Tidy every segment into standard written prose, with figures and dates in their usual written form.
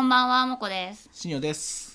んばんは、もこです。 しにょです。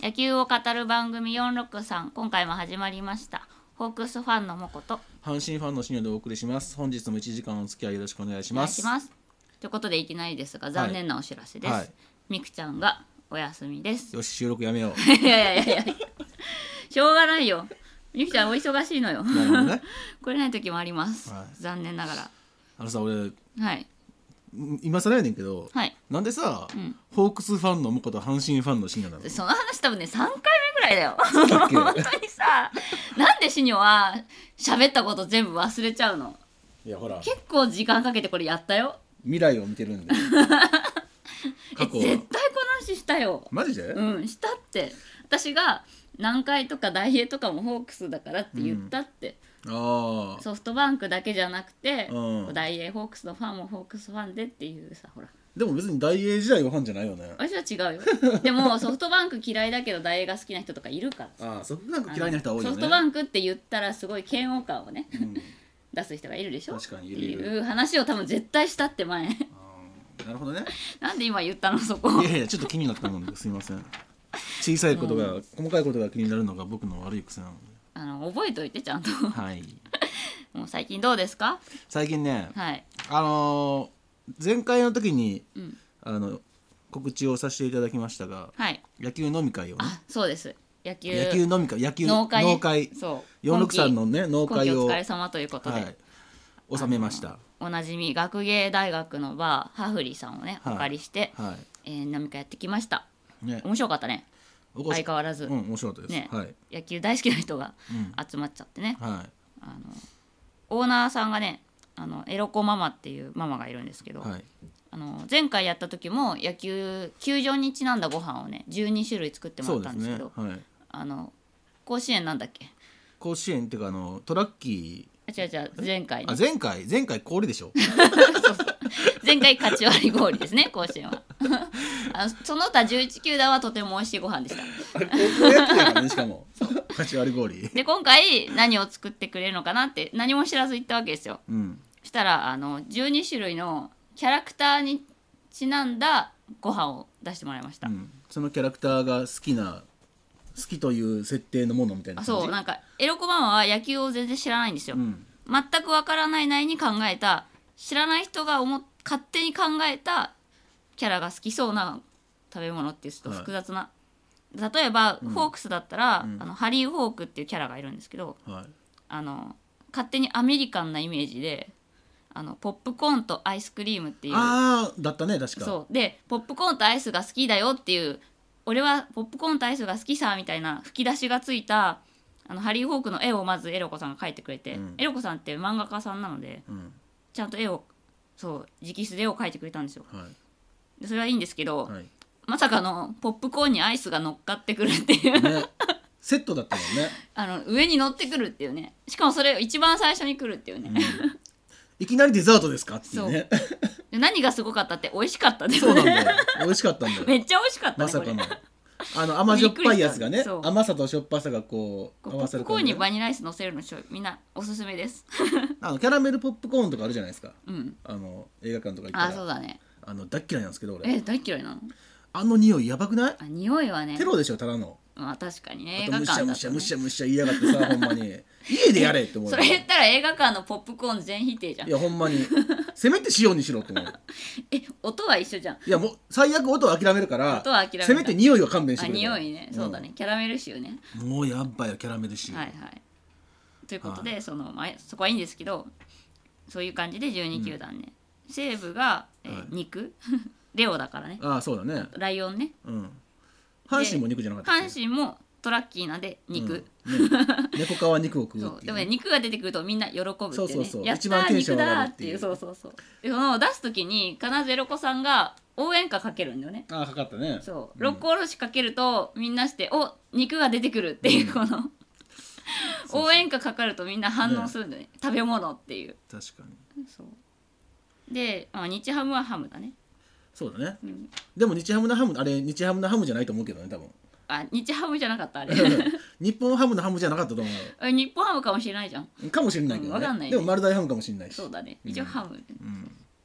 野球を語る番組463、今回も始まりました。ホークスファンのもこと阪神ファンのしにょでお送りします。本日も1時間お付き合いよろしくお願いします。 お願いします。ということでいきなりですが残念なお知らせです。はい、みくちゃんがお休みです。 よし、収録やめよう。 いやしょうがないよ。みくちゃんお忙しいのよ。 なるほどね。 来れない時もあります。 はい、 残念ながら。 俺、 はい。 今更やねんけど、 はい、 なんでさ、ホークスファンのもこと阪神ファンのシニョなの？ その話多分ね3回目ぐらいだよ。本当にさ、なんでシニョは喋ったこと全部忘れちゃうの？ いやほら、 結構時間かけてこれやったよ。 未来を見てるんで。 過去絶対この話したよ。 マジで？ うん、したって。私が南海とかダイエーとかもホークスだからって言ったって、 あソフトバンクだけじゃなくて、ダイエーホークスのファンもホークスファンでっていうさ、ほら。 でも別に大英時代はファンじゃないよね。 私は違うよ。でもソフトバンク嫌いだけどダイエーが好きな人とかいるから。 ソフトバンク嫌いな人は多いよね。 ソフトバンクって言ったらすごい嫌悪感をね、出す人がいるでしょ。 確かにいる。 っていう話を多分絶対したって前。 なるほどね。 なんで今言ったのそこ。 いやちょっと気になったもんですいません。小さいことが、細かいことが気になるのが僕の悪い癖なので。覚えといてちゃんと。 はい。 もう最近どうですか？ 最近ね、 はい、 前回の時に、告知をさせていただきましたが、 はい、 野球飲み会をね。 そうです。野球飲み会、 農会、 そう463のね農会をお疲れ様ということで、 収めました。 おなじみ学芸大学のバーハフリさんをねお借りして、飲み会やってきました。面白かったね。相変わらず、 面白かったです、 ね。野球大好きな人が集まっちゃってね。オーナーさんがね、エロコママっていうママがいるんですけど、前回やった時も球場にちなんだご飯をね12種類作ってもらったんですけど、甲子園なんだっけ？ 甲子園っていうかトラッキー。 違う前回、ね、 前回氷でしょ。 そう前回勝ち割り氷ですね甲子園は。その他11球団はとても美味しいご飯でした。 高校野球だからねしかも勝ち割り氷で今回何を作ってくれるのかなって何も知らず行ったわけですよ。そしたら12種類のキャラクターにちなんだご飯を出してもらいました。 そのキャラクターが好きという設定のものみたいな感じ。 そうなんかエロコママは野球を全然知らないんですよ。全くわからないなりに考えた、知らない人が勝手に考えたキャラが好きそうな食べ物っていうと複雑な、例えば、ホークスだったら、ハリー・ホークっていうキャラがいるんですけど、勝手にアメリカンなイメージでポップコーンとアイスクリームっていうだったね確か。 そうでポップコーンとアイスが好きだよっていう、俺はポップコーンとアイスが好きさみたいな吹き出しがついたハリー・ホークの絵をまずエロコさんが描いてくれて、エロコさんって漫画家さんなので、ちゃんと絵を直筆で絵を描いてくれたんですよ。でそれはいいんですけど、まさかのポップコーンにアイスが乗っかってくるっていう、ね、 セットだったもんね。 上に乗ってくるっていうね。しかもそれ一番最初に来るっていうね、 いきなりデザートですかっていうね。 で何がすごかったって美味しかったです。 そうなんだよ。美味しかったんだよ。 めっちゃ美味しかったね。 まさかの甘じょっぱいやつがね、甘さとしょっぱさがこう合わさるポップコーンにバニラアイス乗せるのみんなおすすめです。 キャラメルポップコーンとかあるじゃないですか。映画館とか行ったら。 そうだね。 大っ嫌いなんですけど俺。 大嫌いなの？ 匂いやばくない？ 匂いはね。 テロでしょただの。 確かにね。 あとむしゃむしゃむしゃむしゃ言いやがってさほんまに家でやれって思う。 それ言ったら映画館のポップコーン全否定じゃん。 いやほんまにせめて塩にしろって思う。 音は一緒じゃん。 いやもう最悪音は諦めるから音は諦める。 せめて匂いは勘弁してくれ。 匂いね、そうだね、キャラメル臭ね。 もうやっばよキャラメル臭。 ということで、そこはいいんですけど、そういう感じで12球団ね、西武が肉レオだからね。 そうだね。 ライオンね。 阪神も肉じゃなかった。 阪神もトラッキーなんで肉、 猫科は肉を食うっていう。 でもね肉が出てくるとみんな喜ぶってね。 そうやったー肉だっていう。そうで出す時に必ずエロコさんが応援歌かけるんだよね。 かかったね。 六甲おろしかけるとみんなして肉が出てくるっていうこの応援歌かかるとみんな反応するんだよね。食べ物っていう。 確かに。 で日ハムはハムだね。 そうだね。でも日ハムのハム日ハムのハムじゃないと思うけどね多分。 日ハムじゃなかったあれ。 日本ハムのハムじゃなかったと思う。 日本ハムかもしれないじゃん。 かもしれないけどね。 分かんないね。 でも丸大ハムかもしれないし。 そうだね。一応ハム。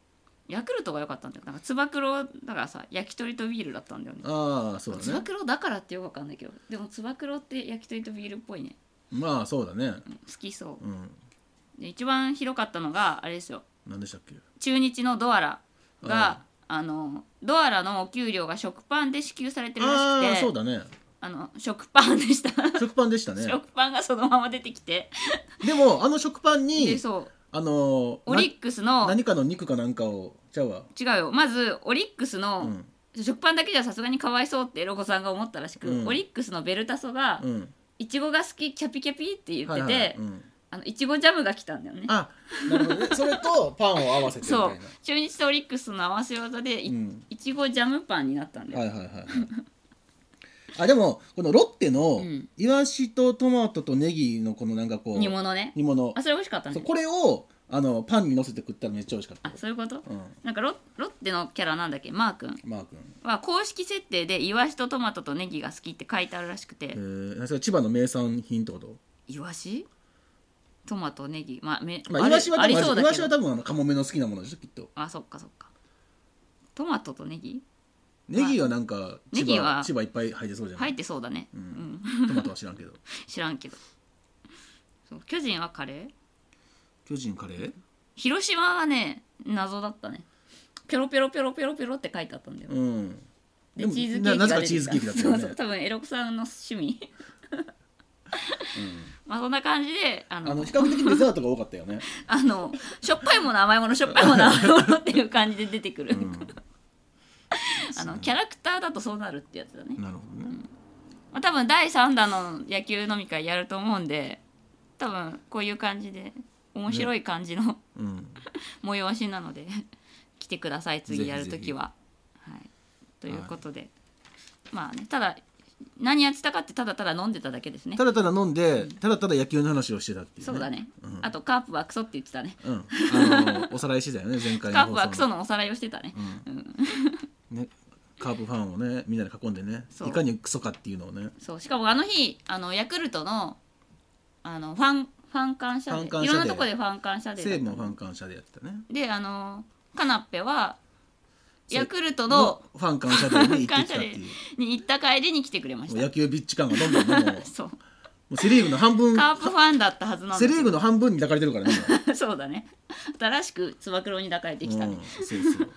ヤクルトが良かったんだよ。なんかつば九郎だからさ、焼き鳥とビールだったんだよね。 ああそうだね。 つば九郎だからってよくわかんないけど、でもつば九郎って焼き鳥とビールっぽいね。 まあそうだね、 好きそう、 うん、 で一番広かったのがあれですよ。 何でしたっけ。 中日のドアラがドアラのお給料が食パンで支給されてるらしくて、 ああそうだね、 食パンでした食パンでしたね食パンがそのまま出てきてでも食パンにでそうオリックスの何かの肉かなんかをちゃうわ違うよ。まずオリックスの、食パンだけじゃさすがにかわいそうってロゴさんが思ったらしく、オリックスのベルタソが、いちごが好きキャピキャピって言ってて、いちごジャムが来たんだよね。 あ、なるほどね。それとパンを合わせてみたいな。 そう中日とオリックスの合わせ技でいちごジャムパンになったんだよ。 はいはいはいはいあ、でもこのロッテのイワシとトマトとネギのこのなんかこう煮物ね。 煮物、 あ、それ美味しかったね。 これをパンにのせて食ったらめっちゃ美味しかった。 あ、そういうこと、なんかロッテのキャラなんだっけ、マー君は公式設定でイワシとトマトとネギが好きって書いてあるらしくて。 それ千葉の名産品ってこと？ イワシトマトネギ、まあ、 イワシは多分イワシは多分カモメの好きなものでしょきっと。 あ、そっかそっか。トマトとネギはなんか千葉いっぱい入ってそうじゃない？ 入ってそうだね、 トマトは知らんけど知らんけど。そう巨人はカレー？ 巨人カレー？ 広島はね謎だったね。ペロペロペロペロペロって書いてあったんだよ、でチーズケーキが出てきた。 なぜかチーズケーキだったよね。 そう多分エロクさんの趣味まあそんな感じで比較的デザートが多かったよねしょっぱいもの甘いものしょっぱいもの甘いものっていう感じで出てくる、キャラクターだとそうなるってやつだね。 なるほどね、 まあ、多分第3弾の野球飲み会やると思うんで、多分こういう感じで面白い感じの、催しなので来てください次やるときは。はい、ということで、まあね、ただ何やってたかってただただ飲んでただけですね。 ただただ飲んで、ただただ野球の話をしてたっていう、ね、 そうだね、あとカープはクソって言ってたね、 おさらいしてたよね前回の放送の。 カープはクソのおさらいをしてたね、 ね、カープファンをねみんなで囲んでね、いかにクソかっていうのをね。 そうしかも日ヤクルトのファン感謝でいろんなとこでファン感謝で西武もファン感謝でやってたね。 でカナッペはヤクルトのファン感謝デーに行ってきたっていうに行った帰りに来てくれました。 野球ビッチ感がどんどんもうそうもうセリーグの半分カープファンだったはずなんセリーグの半分に抱かれてるからねそうだね新しくつば九郎に抱かれてきたね、 そう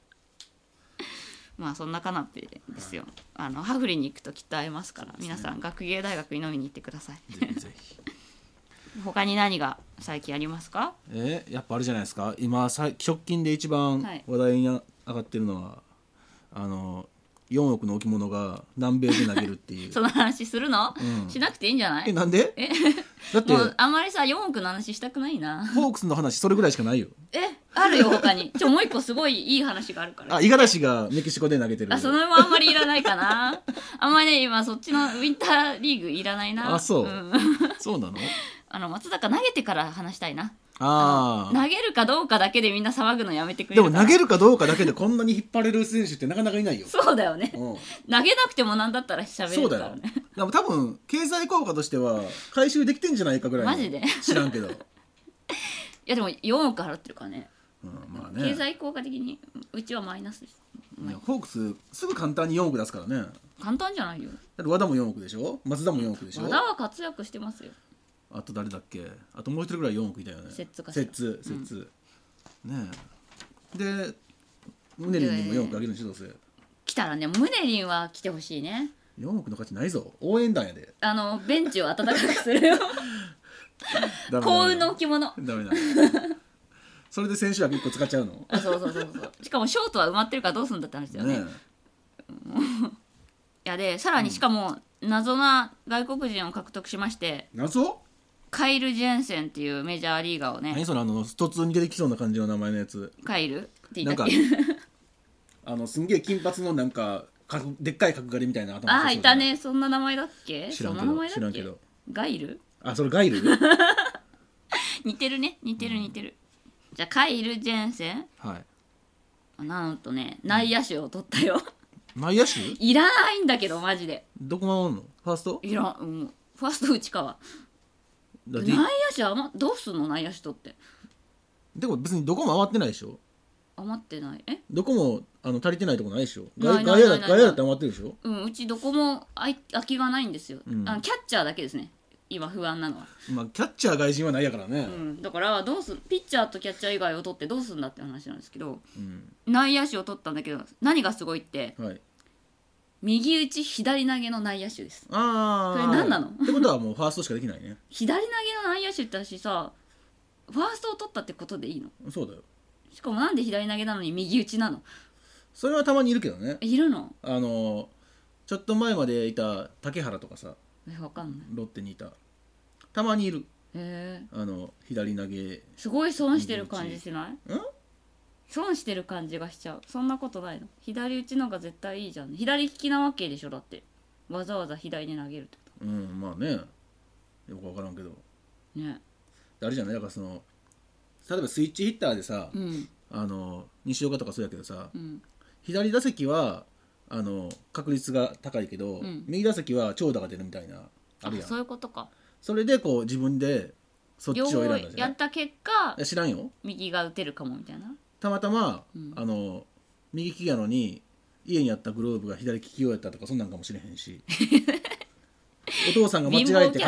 まあそんなカナッペですよ。ハフリに行くときっと会えますから、皆さん学芸大学に飲みに行ってくださいぜひぜひ他に何が最近ありますか？ やっぱあれじゃないですか、今直近で一番話題に上がってるのは、4億の置物が南米で投げるっていうその話するの、しなくていいんじゃない？ なんで？だってもうあんまりさ4億の話したくないな。 ホークスの話それぐらいしかないよ。 あるよ他にもう一個すごいいい話があるから。 五十嵐がメキシコで投げてる。 それもあんまりいらないかなあんまりね今そっちのウィンターリーグいらないな。 そう、そうなの？ 松坂投げてから話したいな。 投げるかどうかだけでみんな騒ぐのやめてくれるか。 でも投げるかどうかだけでこんなに引っ張れる選手ってなかなかいないよ。 そうだよね、投げなくてもなんだったら喋れるからね。 でも多分経済効果としては回収できてんじゃないかぐらいの。 マジで知らんけどいやでも4億払ってるからね、 まあね、 経済効果的にうちはマイナスです。 ホークスすぐ簡単に4億出すからね。 簡単じゃないよ。 だって和田も4億でしょ、松田も4億でしょ。 和田は活躍してますよ。 あと誰だっけ、あともう一人ぐらい4億いたよね。 摂津ねえでムネリンにも4億あげるんでしょどうせ。 来たらね、ムネリンは来てほしいね。 4億の価値ないぞ、応援団やで。 ベンチを温かくするよ幸運の置物。 ダメだそれで選手枠1個使っちゃうの？ そうしかもショートは埋まってるからどうするんだって話だよね。いやでさらにしかも謎な外国人を獲得しまして、 謎？ カイル・ジェンセンっていうメジャーリーガーをね。 何それ突通に出てきそうな感じの名前のやつ。 カイルって言ったっけ？ すんげえ金髪のなんかでっかい角刈りみたいな頭。 いたね。そんな名前だっけ？ 知らんけどガイル？ それガイル似てるね。似てるじゃあカイル・ジェンセン、なんとね内野手を取ったよ内野手？ いらないんだけどマジで。 どこ守んの？ファースト？ いらん、ファースト内川。内野手はどうすんの内野手取って。 でも別にどこも回ってないでしょ。 余ってない。 どこも足りてないとこないでしょ。 ない外野だって余ってるでしょ。 うちどこも空きがないんですよ、 うん、 キャッチャーだけですね今不安なのは。 まあキャッチャー外人はないやからね、 だからピッチャーとキャッチャー以外を取ってどうすんだって話なんですけど、 うん、 内野手を取ったんだけど何がすごいって、 はい、 右打ち左投げの内野手です。 ああ、 それ何なの？ ってことはもうファーストしかできないね。 左投げの内野手って私さ、ファーストを取ったってことでいいの？ そうだよ。 しかもなんで左投げなのに右打ちなの？ それはたまにいるけどね。 いるの？ ちょっと前までいた竹原とかさ、 わかんない。 ロッテにいた、たまにいる。 へえ。 左投げすごい損してる感じしない？ ん？ 損してる感じがしちゃう。そんなことないの？左打ちの方が絶対いいじゃん。左利きなわけでしょだって。わざわざ左に投げるってこうん、まあね、よく分からんけどね。 あれじゃない、だから例えばスイッチヒッターでさ、 うん、 西岡とかそうやけどさ、 うん、 左打席は確率が高いけど、 うん、 右打席は長打が出るみたいなあるやん。 そういうことか。 それでこう自分でそっちを選んだんじゃない？ 両方やった結果知らんよ。 右が打てるかもみたいな。 たまたま、 うん、 右利きやのに家にあったグローブが左利き用やったとかそんなんかもしれへんしお父さんが間違えて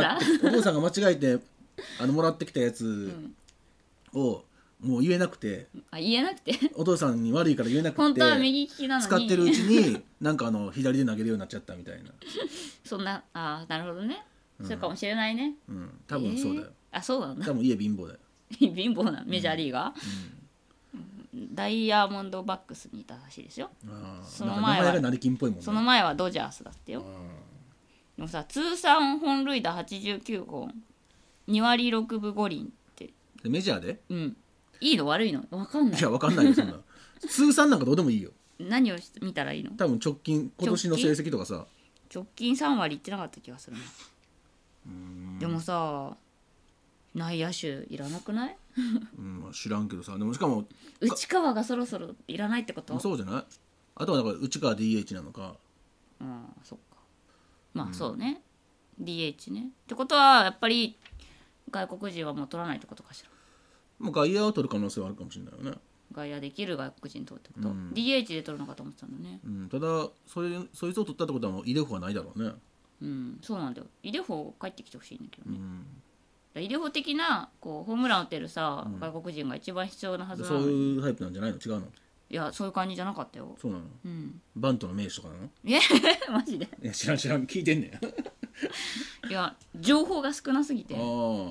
もらってきたやつをもう言えなくて、 言えなくてお父さんに悪いから言えなくて本当は右利きなのに使ってるうちになんか左で投げるようになっちゃったみたいなそんななるほどね、そうかもしれないね。 多分そうだよ。 そうなんだ。 多分家貧乏だよ貧乏なメジャーリーガー、ダイヤモンドバックスにいたらしいですよ。その前は成金っぽいもんね。 その前はドジャースだってよ。でもさ、通算本塁打89本2割6分5厘ってメジャーでいいの悪いの分かんない。 いや分かんないよそんな通算なんかどうでもいいよ。 何を見たらいいの？ 多分今年の成績とかさ、 直近3割いってなかった気がするな。でもさ、内野手いらなくない？ 知らんけどさ、でもしかも内川がそろそろいらないってこと？ そうじゃない？あとはだから内川 DH なのか。 そっか。まあそうね、DH ね。ってことはやっぱり外国人はもう取らないってことかしら。 もう外野を取る可能性はあるかもしれないよね。 外野できる外国人取るってこと、DH で取るのかと思ってたんだね。 ただそいつを取ったってことはもうイデフはないだろうね。 そうなんだよ。イデフォ帰ってきてほしいんだけどね。イデフォ的なホームラン打てるさ、外国人が一番必要なはずなのに。 そういうタイプなんじゃないの？違うの？ いや、そういう感じじゃなかったよ。 そうなの？バントの名手とかなの？ マジで？ いや知らん聞いてんねんいや、情報が少なすぎて。 阪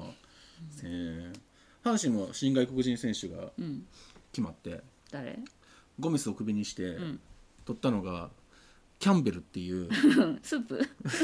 神も新外国人選手が決まって、 誰？ ゴメスをクビにして、取ったのがキャンベルっていうスープ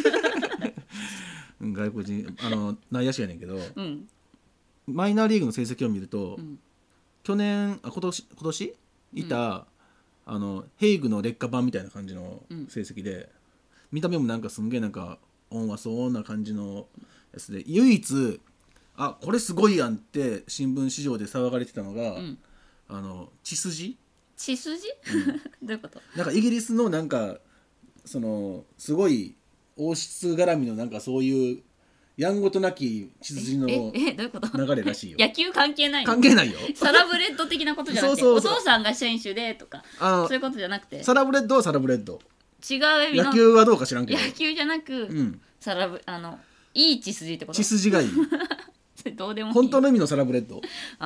外国人内野手やねんけど、マイナーリーグの成績を見ると、今年いた、ヘイグの劣化版みたいな感じの成績で、見た目もなんかすんげえなんか温和そうな感じのやつで、唯一これすごいやんって新聞市場で騒がれてたのが、血筋どういうこと？ なんかイギリスのなんかすごい王室絡みのなんかそういうやんごとなき血筋のどういうこと？ 流れらしいよ。 野球関係ないの？ 関係ないよ。 サラブレッド的なことじゃなくてそうお父さんが選手でとかそういうことじゃなくて、 サラブレッドはサラブレッド、 違う意味の野球はどうか知らんけど野球じゃなく、いい血筋ってこと？ 血筋がいいどうでもいい本当の意味のサラブレッド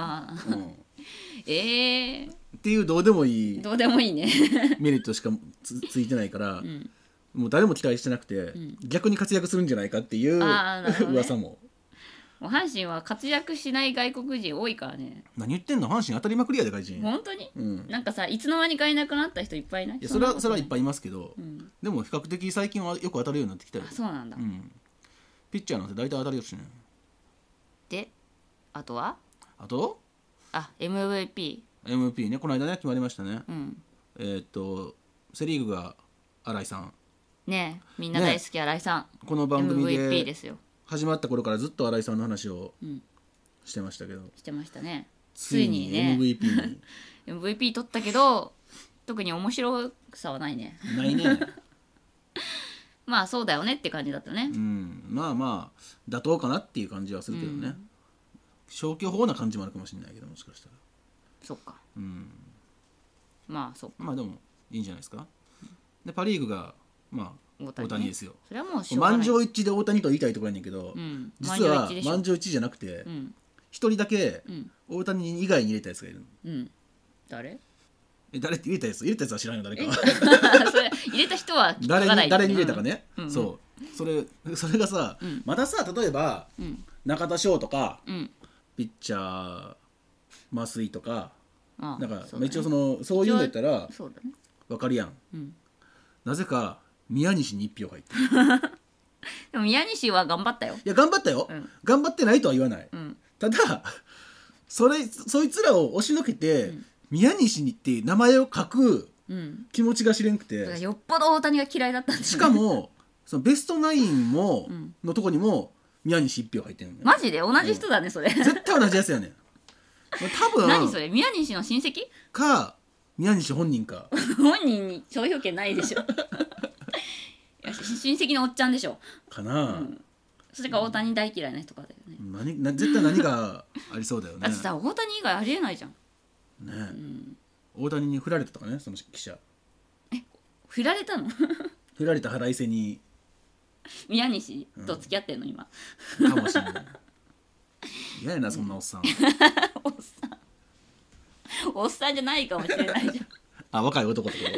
っていうどうでもいいねメリットしかついてないから、もう誰も期待してなくて、逆に活躍するんじゃないかっていう噂も。 もう阪神は活躍しない外国人多いからね。 何言ってんの？阪神当たりまくりやで外人。 本当に、なんかさ、いつの間にかいなくなった人いっぱいいない？ いやそれはいっぱいいますけど、でも比較的最近はよく当たるようになってきたよ。 そうなんだ、 ピッチャーなんて大体当たるよしね。 であとは MVP ね、この間ね決まりましたね。セリーグが新井さんね、みんな大好き新井さん、 この番組で MVP ですよ。 始まった頃からずっと新井さんの話をしてましたけど、 してましたね。 ついに MVP に MVP 取ったけど特に面白さはないね。 ないねまあそうだよねって感じだったね。 まあ妥当かなっていう感じはするけどね、消去法な感じもあるかもしれないけど、もしかしたらそっか。 まあそうか。 まあでもいいんじゃないですか。でパ・リーグがまあ大谷ですよ。 それはもうしょうがない。 満場一致で大谷と言いたいところやねんけど、実は満場一致じゃなくて一人だけ大谷以外に入れたやつがいるの。 誰？ 誰って入れたやつは知らんよ誰か。 それ入れた人は誰に入れたかね。そうそれがさ、またさ例えば中田翔とかピッチャー増井とかなんか一応そういうんだったら分かるやん。なぜか宮西に1票入ってる。 でも宮西は頑張ったよ。 いや頑張ったよ、頑張ってないとは言わない、ただそいつらを押しのけて、宮西にっていう名前を書く気持ちが知れんくて、 よっぽど大谷が嫌いだったんですしかもそのベストナインも、のとこにも宮西1票入ってるのね。 マジで同じ人だねそれ。 絶対同じやつやねん。多分何それ、宮西の親戚か宮西本人か。 本人に投票権ないでしょ。親戚のおっちゃんでしょかな、 それか大谷大嫌いな人かだよね。 絶対何がありそうだよね。 だってさ大谷以外ありえないじゃんね、大谷に振られたとかね、その記者。 振られたの？ 振られた腹いせに宮西と付き合ってんの今。 かもしれない。嫌やなそんなおっさん。 おっさんじゃないかもしれないじゃん。 あ、若い男ってこと？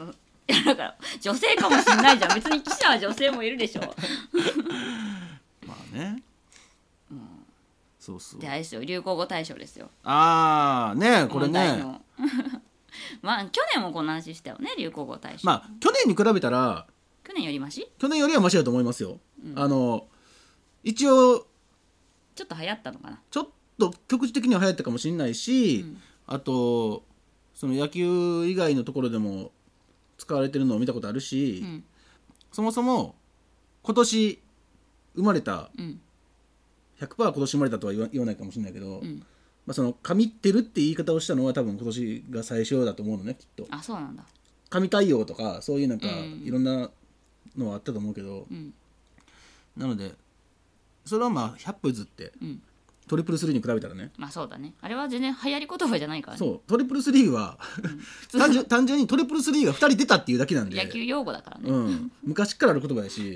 いやだから女性かもしれないじゃん。別に記者は女性もいるでしょ。 まあね、そうそう。 であれですよ、流行語大賞ですよ。 ああね、これね。 まあ去年もこんな話したよね、流行語大賞。 まあ去年に比べたら去年よりマシ？ 去年よりはマシだと思いますよ、一応ちょっと流行ったのかな。 ちょっと局地的には流行ったかもしれないし、あとその野球以外のところでも使われてるのを見たことあるし、そもそも今年生まれた、100% 今年生まれたとは言わないかもしれないけど、まあ、その神ってるって言い方をしたのは多分今年が最初だと思うのね、きっと。 あ、そうなんだ。 神対応とかそういうなんかいろんなのはあったと思うけど、なのでそれはまあ100歩譲って、トリプルスリーに比べたらね。 まあそうだね。あれは全然流行り言葉じゃないからね。 そうトリプルスリーは、単純にトリプルスリーが2人出たっていうだけなんで。 野球用語だからね、 昔からある言葉やし、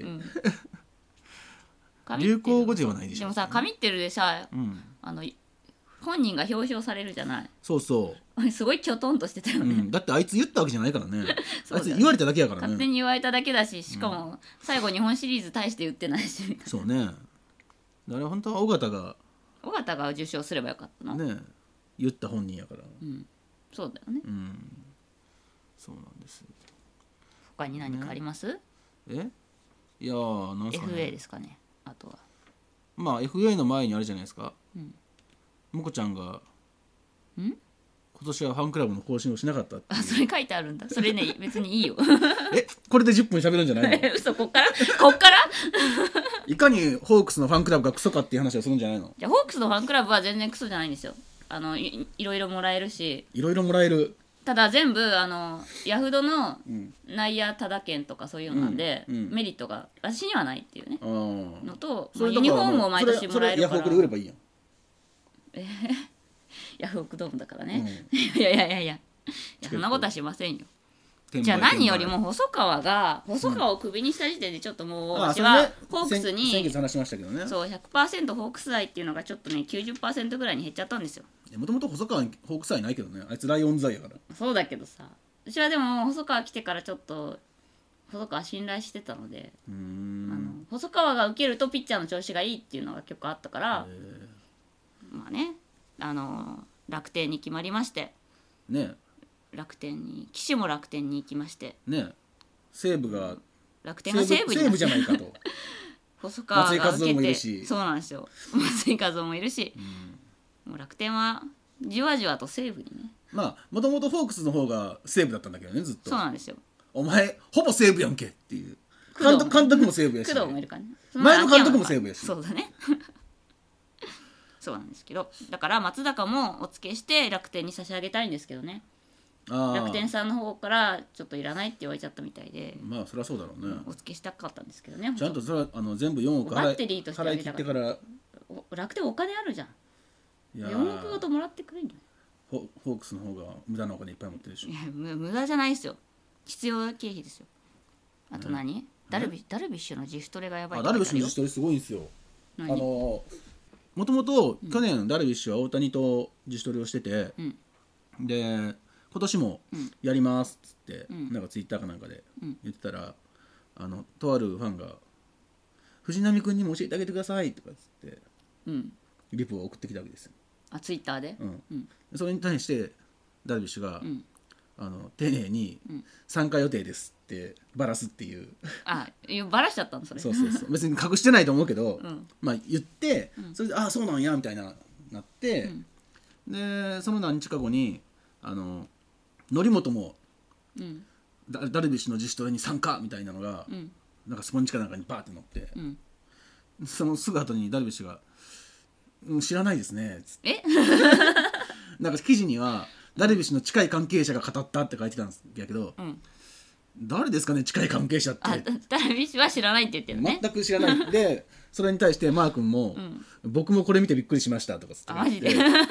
流行語ではないでしょ。 でもさ、神ってるでさ、本人が表彰されるじゃない。 そうそうすごいきょとんとしてたよね、 だってあいつ言ったわけじゃないからね。 あいつ言われただけやからね。 勝手に言われただけだし、しかも最後日本シリーズ大して言ってないし。 そうね。あれ本当は尾形が受賞すればよかったのね。言った本人やから、 そうだよね、 そうなんです。 他に何かあります？ いやーなんすかね。 FA ですかね。あとはまあ FA の前にあれじゃないですか、もこちゃんが今年はファンクラブの更新をしなかったっていう。 あ、それ書いてあるんだ。それね別にいいよ。 これで10分喋るんじゃないの？ 嘘、こっからいかにホークスのファンクラブがクソかっていう話をするんじゃないの？ じゃあホークスのファンクラブは全然クソじゃないんですよ。いろいろもらえるし。 いろいろもらえる。 ただ全部ヤフドの内野タダ券とかそういうのなんで、メリットが私にはないっていうねのと、ユニフォームを毎年もらえるから。 それヤフオクで売ればいいやん。 ヤフオクドームだからね、いやそんなことはしませんよ。じゃあ何よりも細川をクビにした時点でちょっともう私はホークスに、 先月話しましたけどね、 そう 100% ホークス愛っていうのがちょっとね 90% ぐらいに減っちゃったんですよ。 もともと細川にホークス愛ないけどね、あいつライオンズ愛やから。 そうだけどさ、私はでも細川来てからちょっと細川信頼してたので、細川が受けるとピッチャーの調子がいいっていうのが結構あったから、まあね、楽天に決まりましてね、 岸も楽天に行きましてね、西武が楽天が西武じゃないかと。 細川が受けて、 そうなんですよ、松井稼頭もいるし、もう楽天はじわじわと西武にね。 まあもともとホークスの方が西武だったんだけどね、ずっと。 そうなんですよ。 お前ほぼ西武やんけっていう。監督も西武やし、 工藤もいるからね。 前の監督も西武やし。 そうだね。そうなんですけど、だから松坂もお付けして楽天に差し上げたいんですけどね。楽天さんの方からちょっといらないって言われちゃったみたいで、 まあそりゃそうだろうね、 お付けしたかったんですけどね。 ちゃんとそれは全部4億バッテリーとして払い切ってから。 楽天お金あるじゃん。4億ごともらってくれるんじゃない？ ホークスの方が無駄なお金いっぱい持ってるでしょ。 いや無駄じゃないですよ、必要経費ですよ。あと何、ダルビッシュの自主トレがやばい。 ダルビッシュの自主トレすごいんですよ。もともと去年ダルビッシュは大谷と自主トレをしてて、で今年もやりますっつって、なんかツイッターかなんかで言ってたら、とあるファンが藤浪君にも教えてあげてくださいとかっつって、リプを送ってきたわけですよ。 ツイッターで、 それに対してダルビッシュが、丁寧に参加予定ですってバラすっていうバラしちゃったのそれ。 そう別に隠してないと思うけど、まあ言って、それでそうなんやみたいななって、でその何日か後に則本も、ダルビッシュの自主トレに参加みたいなのが、なんかスポンジかなんかにバーって乗って、そのすぐ後にダルビッシュが知らないですねっつってなんか記事にはダルビッシュの近い関係者が語ったって書いてたんですけど、誰ですかね近い関係者って。 ダルビッシュは知らないって言ってるね。 全く知らないでそれに対してマー君も、僕もこれ見てびっくりしましたとかつってマジで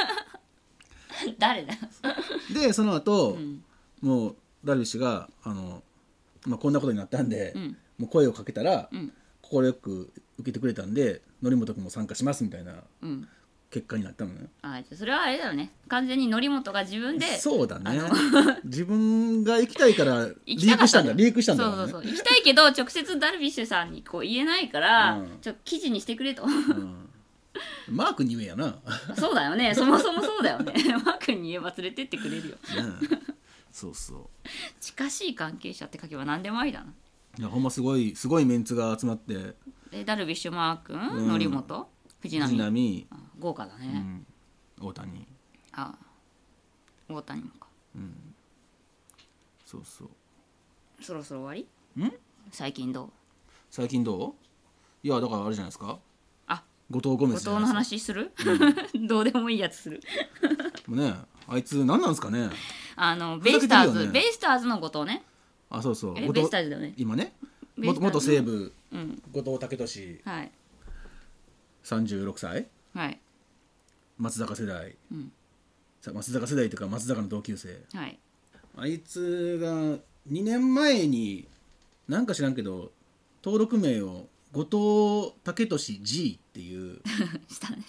誰だよでその後、もうダルビッシュがこんなことになったんで、もう声をかけたら快く受けてくれたんで則本君も参加しますみたいな結果になったのね。 それはあれだよね、完全に則本が自分で。 そうだね自分が行きたいからリークしたんだね。 そう行きたいけど直接ダルビッシュさんにこう言えないから、記事にしてくれと、 マー君に言えやなそうだよね、そもそもそうだよねマー君に言えば連れてってくれるよ、 そう近しい関係者って書けば何でもありだな。 いやほんますごいメンツが集まって、 ダルビッシュ、マー君、則本、藤浪、豪華だね、 大谷、 大谷もか、 そろそろ終わり？最近どういやだからあれじゃないですか、後藤ゴメスじゃ後藤のないですか。 話する、どうでもいいやつするもうね、あいつ何なんですかね。 ベイスターズの後藤ね。 そうそう、 ベイスターズだよね今ね、元西武、後藤武俊、36歳、松坂世代、松坂世代というか松坂の同級生、あいつが2年前になんか知らんけど登録名を後藤武俊 G っていうしたね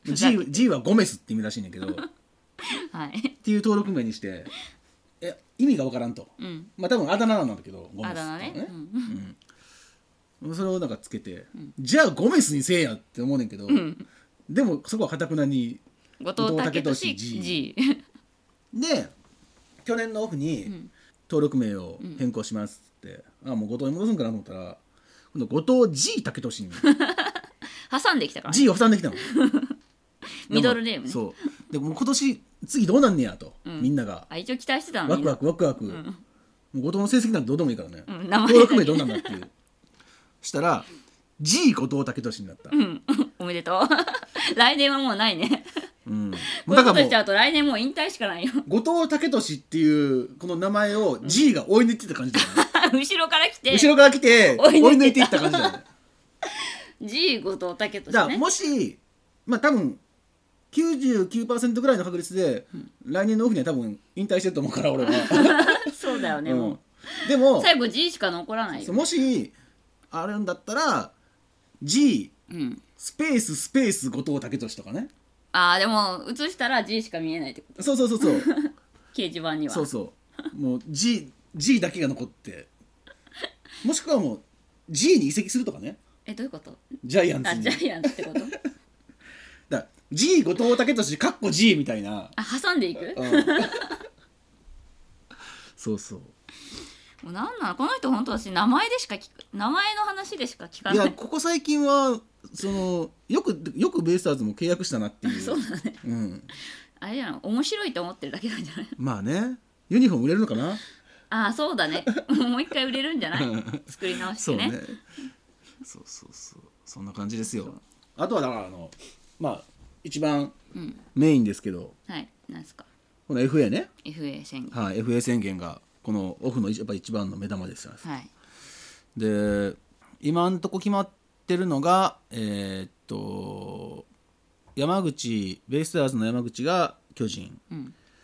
G はゴメスって意味らしいねんけどっていう登録名にして意味がわからんと、まあ多分あだ名なんだけどゴメスってね、それをなんかつけて、じゃあゴメスにせえやって思うねんけど、でもそこはかたくなに後藤武俊 G で去年のオフに登録名を変更しますって、もう後藤に戻すんかなと思ったら今度後藤 G 武俊に挟んできたから、 G を挟んできたのミドルネームね。 そうでも今年次どうなんねやと、みんなが一応期待してたのワクワク、もう後藤の成績なんてどうでもいいからね、登録名どうなんだっていうしたら G 後藤武俊になった、 おめでとう来年はもうないね、こういうだからもうことしちゃうと来年もう引退しかないよ後藤武俊っていうこの名前を G が追い抜いてた感じだよね、 後ろから来て追い抜いていった感じだよね G 後藤武俊だからね。 もし多分 99% ぐらいの確率で、来年のオフには多分引退してると思うから俺はそうだよね、もうでも最後 G しか残らないよ。 もしあるんだったら G、スペース後藤武俊とかね。 でも映したら G しか見えないってこと。 そう掲示板にはもう G だけが残って、もしくはもう G に移籍するとかね。 どういうこと？ ジャイアンツに。 ジャイアンツってことだ G 後藤武俊かっこ G みたいな、 挟んでいく、 そうもうなんなのこの人、本当私名前の話でしか聞かない。 いやここ最近はよくベイスターズも契約したなっていうそうだね、あれじゃない、面白いと思ってるだけなんじゃない？ まあね、ユニフォーム売れるのかな。 そうだねもう一回売れるんじゃない作り直してね。 そうそんな感じですよ。あとはだから一番メインですけど、 なんですかこの FA ね、 FA 宣言、 FA 宣言がこのオフのやっぱ一番の目玉ですよね。で今んとこ決まってるのが山口、ベイスターズの山口が巨人、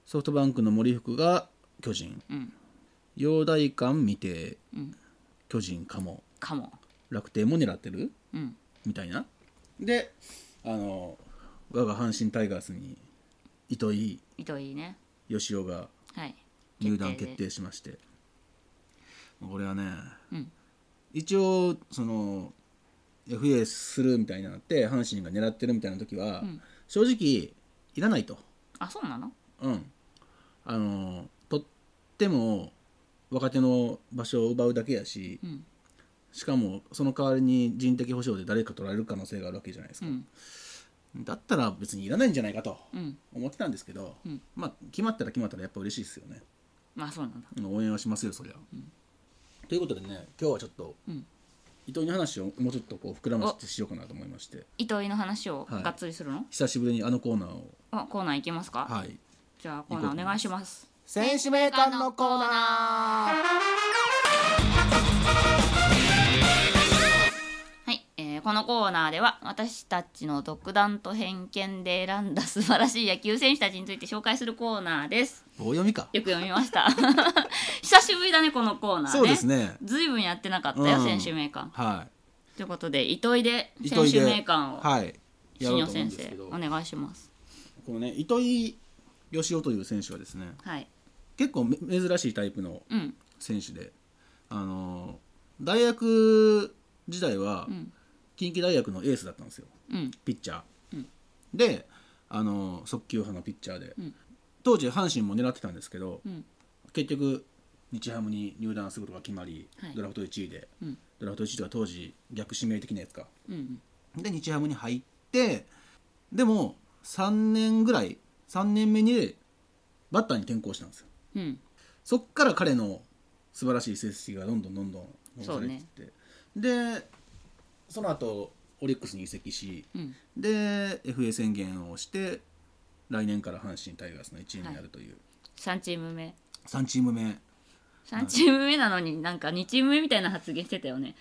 ソフトバンクの森福が巨人、陽大館未定、巨人かも楽天も狙ってる、みたいな。で我が阪神タイガースに糸井ね義雄が入団決定しまして、これはね、一応その FA するみたいなのって阪神が狙ってるみたいな時は、正直いらないと。 あ、そうなの？ とっても若手の場所を奪うだけやし、しかもその代わりに人的保障で誰か取られる可能性があるわけじゃないですか、だったら別にいらないんじゃないかと思ってたんですけど、まあ決まったらやっぱ嬉しいですよね。 まあそうなんだ。 応援はしますよそりゃ、ということでね、今日はちょっと、糸井の話をもうちょっとこう膨らませてしようかなと思いまして。 糸井の話をがっつりするの？ 久しぶりにコーナーを。 コーナー行きますか？はい。じゃあコーナーお願いします。 選手名鑑のコーナー。 はい、このコーナーでは私たちの独断と偏見で選んだ素晴らしい野球選手たちについて紹介するコーナーです。 棒読みか。 よく読みました久しぶりだねこのコーナーね。 そうですね。 ずいぶんやってなかったよ、選手名鑑。 はい。 ということで糸井で選手名鑑を、新野先生お願いします。 このね、糸井義雄という選手はですね、結構珍しいタイプの選手で、大学時代は近畿大学のエースだったんですよ、ピッチャー、で速球派のピッチャーで、当時阪神も狙ってたんですけど、結局日ハムに入団することが決まり、ドラフト1位で、ドラフト1位は当時逆指名的なやつか、で日ハムに入って、でも3年目にバッターに転向したんですよ、そっから彼の素晴らしい成績がどんどん残されていって、でその後オリックスに移籍し、で FA 宣言をして来年から阪神タイガースの1位になるという、 3チーム目 3チーム目 3チーム目なのになんか2チーム目みたいな発言してたよね。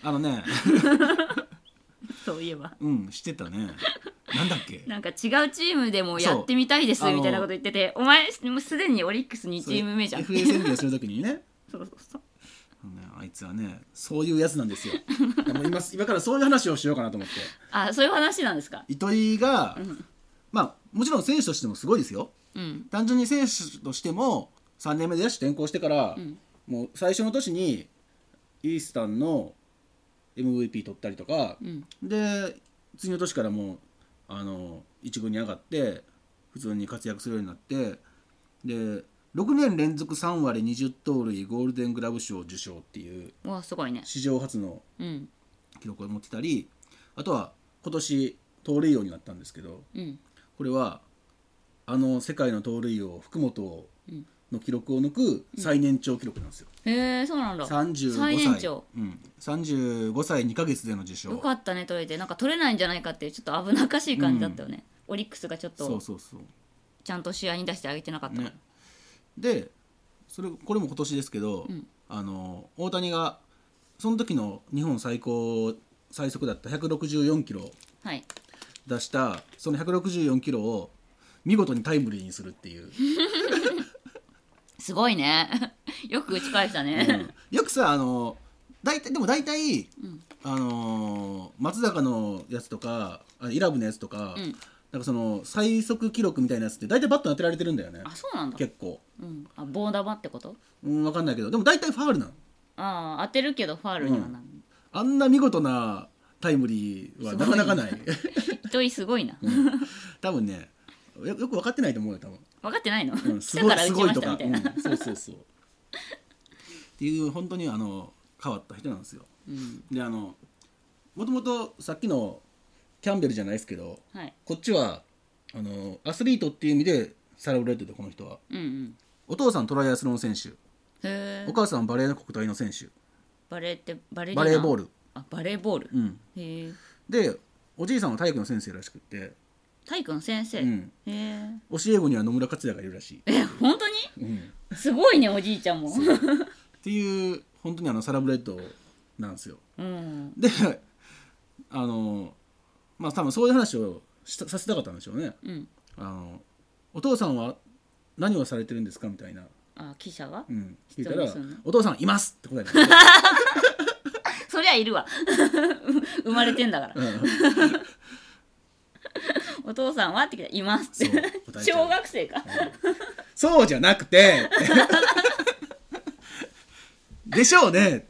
そういえばしてたね。なんだっけ、 なんか違うチームでもやってみたいですみたいなこと言ってて、お前もうすでにオリックス2チーム目じゃん。 FA 宣言するときにねそうあいつはねそういうやつなんですよでも今からそういう話をしようかなと思って。 あ、そういう話なんですか。 糸井が、まあもちろん選手としてもすごいですよ、単純に選手としても3年目で野手転向してから、もう最初の年にイースタンの MVP 取ったりとか、で次の年からもう一軍に上がって普通に活躍するようになって、で6年連続3割20盗塁ゴールデングラブ賞受賞っていうすごいね、 史上初の記録を持ってたり、あとは今年盗塁王になったんですけど、これは世界の盗塁王福本の記録を抜く最年長記録なんですよ。 へえ、そうなんだ。 35歳最年長、 35歳2ヶ月での受賞。 よかったね、取れて。なんか取れないんじゃないかっていうちょっと危なっかしい感じだったよね、オリックスがちょっとちゃんと試合に出してあげてなかったから、 でこれも今年ですけど、大谷がその時の日本最速だった164キロ出した、その164キロを見事にタイムリーにするっていうすごいねよく打ち返したね、 よくさ大体、松坂のやつとかイラブのやつとか、なんかその最速記録みたいなやつって大体バット当てられてるんだよね。 あ、そうなんだ。 結構、 棒玉ってこと？ 分かんないけど、でも大体ファールなの。 ああ、当てるけどファールにはなる、 あんな見事なタイムリーはなかなかない。 糸井すごいな、 多分ねよく分かってないと思うよ多分。 分かってないの？ すごいとか、そうっていう本当に変わった人なんですよ、でもともとさっきのキャンベルじゃないですけど、こっちはアスリートっていう意味でサラブレッドで、この人は、お父さんトライアスロン選手、お母さんバレーの国体の選手。 バレーってバレーボール。 あ、バレーボール、へえ。 でおじいさんは体育の先生らしくって。 体育の先生、へえ。 教え子には野村克也がいるらしい。 本当に、すごいね、おじいちゃんもっていう本当にサラブレッドなんですよ、でまあ多分そういう話をさせたかったんでしょうね、お父さんは何をされてるんですかみたいな、 記者が、 聞いたらお父さんいますって答えたそりゃいるわ生まれてんだから、お父さんはって聞いたらいますって小学生か、 そうじゃなくてでしょうね